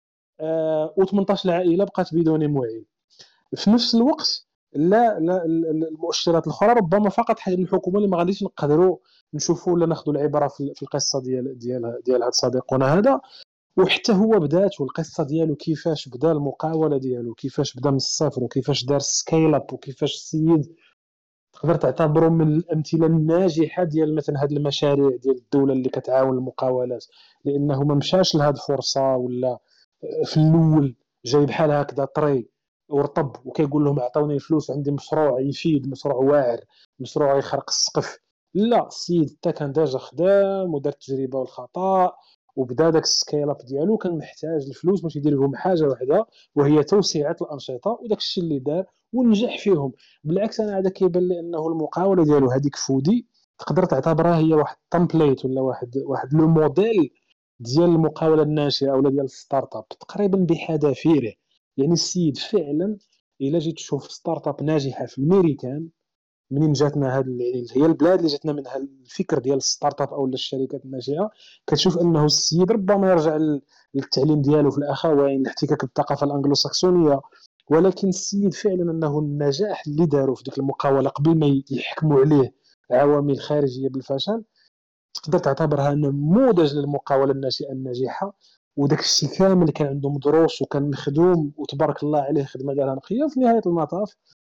أه و18 العائله بقات بدون معين. في نفس الوقت لا لا المؤشرات الاخرى ربما فقط حاجه من الحكومه اللي ما غاديش نقدروا نشوفوا ولا ناخذوا العبره في القصه ديال ديال ديال هذا صديقنا هذا. وحتى هو بدات والقصه ديالو كيفاش بدا المقاوله ديالو، كيفاش بدا من الصفر وكيفاش دار سكيل اب وكيفاش السيد تقدر تعتبره من الامثله الناجحه ديال مثلا هذه المشاريع ديال الدوله اللي كتعاون المقاولات، لانه ما مشاش لهذه الفرصه ولا في الاول جاي بحال هكذا طري ورطب وكيقول لهم عطوني الفلوس عندي مشروع يفيد، مشروع واعر، مشروع يخرق السقف. لا، السيد حتى كان ديجا خدام ودار التجربه والخطا وبدا داك السكيل اب ديالو، كان محتاج الفلوس باش يدير لهم حاجه واحده وهي توسعه الانشطه، وداك الشيء اللي دار ونجح فيهم. بالعكس انا هذا كيبان لي انه المقاوله ديالو هذيك فودي تقدر تعتبرها هي واحد التمبليت ولا واحد واحد لو موديل ديال المقاوله الناشئه ولا ديال الستارت اب تقريبا بحذافيره. يعني السيد فعلا الا جيت تشوف ستارت اب ناجحه في الامريكان منين جاتنا هاد يعني هي البلاد اللي جاتنا منها الفكر ديال الستارت اب او الشركات الناشئه، كتشوف انه السيد ربما يرجع للتعليم ديالو في الاخوين الاحتكاك بالثقافه الانجلوساكسونيه، ولكن السيد فعلا انه النجاح اللي داروا في ديك المقاوله قبل ما يحكموا عليه عوامل خارجيه بالفشل تقدر تعتبرها نموذج للمقاوله الناشئه الناجحه. وداك الشيء كامل كان عنده مدروس وكان مخدوم وتبارك الله عليه خدمه ديالها نقيه. في نهايه المطاف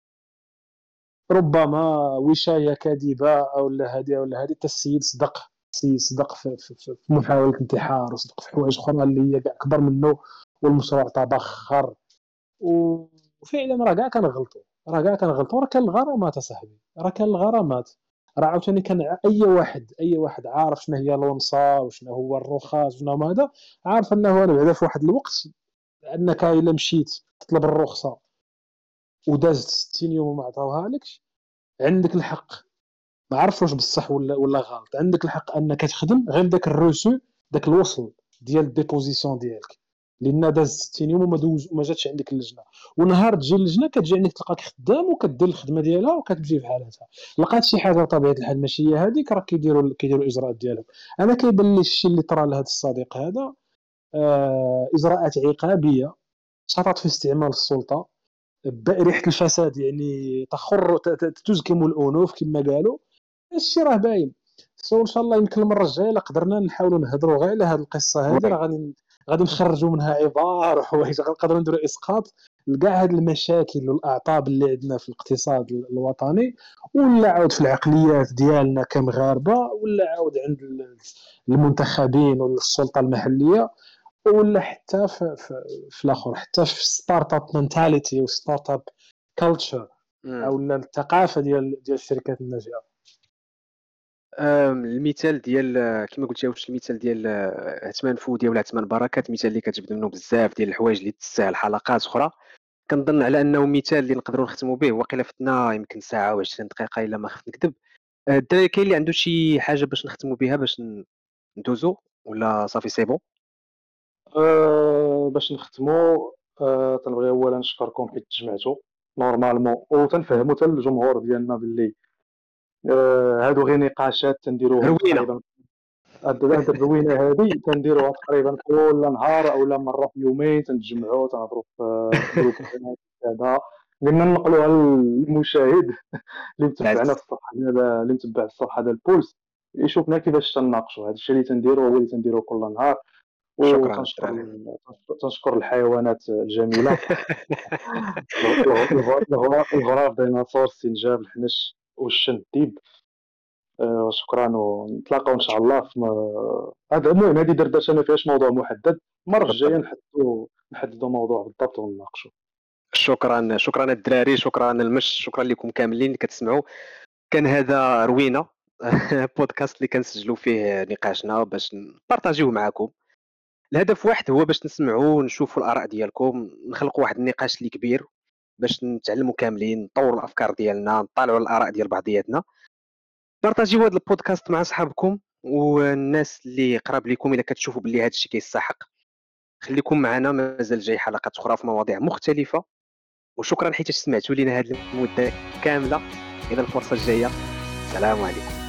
ربما وشايه كاذبه او لا هذه ولا هذه حتى السيد صدق السيد صدق في, في, في محاوله انتحار وصدق في حوايج اخرى اللي هي كاع اكبر منه والمشروع تبخر. وفعلا راه كاع كنغلطوا راه كاع كنغلطوا راه كان الغرامات اصاحبي، راه كان الغرامات. راه عاوتاني كان اي واحد اي واحد عارف شنو هي لونصا وشنو هو الرخص وشنو هذا، عارف انه انا بعدا في واحد الوقت انك الا مشيت تطلب الرخصه ودازت ستين يوم وما عطاوها لكش عندك الحق، ما عرفش واش بصح ولا ولا غلط، عندك الحق انك تخدم غير داك الروسو داك الوصل ديال الديبوزيسيون ديالك، لان داز ستين يوم وما دوز وما جاتش عندك اللجنه. ونهار تجي اللجنه كتجي عندك تلقاك خدام وكدير الخدمه ديالها وكتمشي في حالتها. لقات شي حاجه بطبيعه الحال ماشي هي هذيك راه كيديروا كيديروا الاجراءات ديالهم. انا كيبان لي الشيء اللي طرا لهذا الصديق هذا آه اجراءات عقابيه، شطط في استعمال السلطه، ريحه الفساد يعني تخر ت- ت- تزكم الانوف كما قالوا. الشيء راه باين. سو ان شاء الله يمكن المره الجايه الا قدرنا نحاولوا نهضروا غير على هذه القصه هذه، راه غادي غادي نخرجوا منها عبار وحوايج، غنقدروا نديروا اسقاط لكاع هاد المشاكل والاعطاب اللي عندنا في الاقتصاد الوطني، ولا عاود في العقليات ديالنا كمغاربه، ولا عاود عند ال- المنتخبين والسلطه المحليه، ولا حتى في في, في الاخر، حتى في ستارت اب مينتاليتي وستارت اب كلتشر، مم. او الثقافه ديال ديال الشركات الناشئه. أم، المثال ديال آه، كما قلت واش المثال ديال آه، عثمان فودي ولا عثمان بركات، مثال اللي كتجبد منه بزاف ديال الحوايج اللي تستاهل حلقات اخرى. كنظن على انه مثال اللي نقدروا نختموا به، وقيلا فتنا يمكن ساعه و20 دقيقه الا ما خفت نكذب. آه، الدراري كاين اللي عنده شي حاجه باش نختموا بها باش ن- ندوزو، ولا صافي سي بون؟ أه باش نختموا، أه تنبغي اولا نشكركم حيت تجمعتوا نورمالمون، وتنفهموا حتى الجمهور ديالنا باللي أه هادو غير نقاشات تنديروهم روينه. تقريبا. هاد هاد الروينه هادي تنديروها تقريبا كل نهار اولا مره في يومين، تنتجمعوا تنهضروا في في جروب كذا، قلنا ننقلوها للمشاهد اللي متبعنا في الصفحه ديال اللي متبع الصفحه ديال البولس، يشوفنا كيفاش تناقشوا. هذا الشيء اللي تنديروه هو اللي تنديروه كل نهار. شكرا وتنشكر الدراري. تنشكر الحيوانات الجميله، الغراب، ديناصور، السنجاب، الحنش والشن الديب. آه، شكرا، ونتلاقاو ان شاء الله في م- هذا المهم هذه دردشه ما فيهاش موضوع محدد. المره الجايه بالضبط. نحددوا نحددوا موضوع بالضبط ونناقشوا. شكرا شكرا الدراري، شكرا المش، شكرا لكم كاملين اللي كتسمعوا. كان هذا روينه بودكاست اللي كنسجلوا فيه نقاشنا باش نبارطاجيوه معكم. الهدف واحد هو باش نسمعوا ونشوفوا الاراء ديالكم، نخلقوا واحد النقاش اللي كبير باش نتعلموا كاملين، نطوروا الافكار ديالنا، نطالعوا الاراء ديال بعضياتنا. بارطاجيو هذا البودكاست مع صحابكم والناس اللي قراب لكم الا كتشوفوا باللي هذا الشيء كيستحق. خليكم معنا، مازال جاي حلقات اخرى في مواضيع مختلفه. وشكرا حيت سمعتوا لينا هذه المده كامله. الى الفرصه الجايه، السلام عليكم.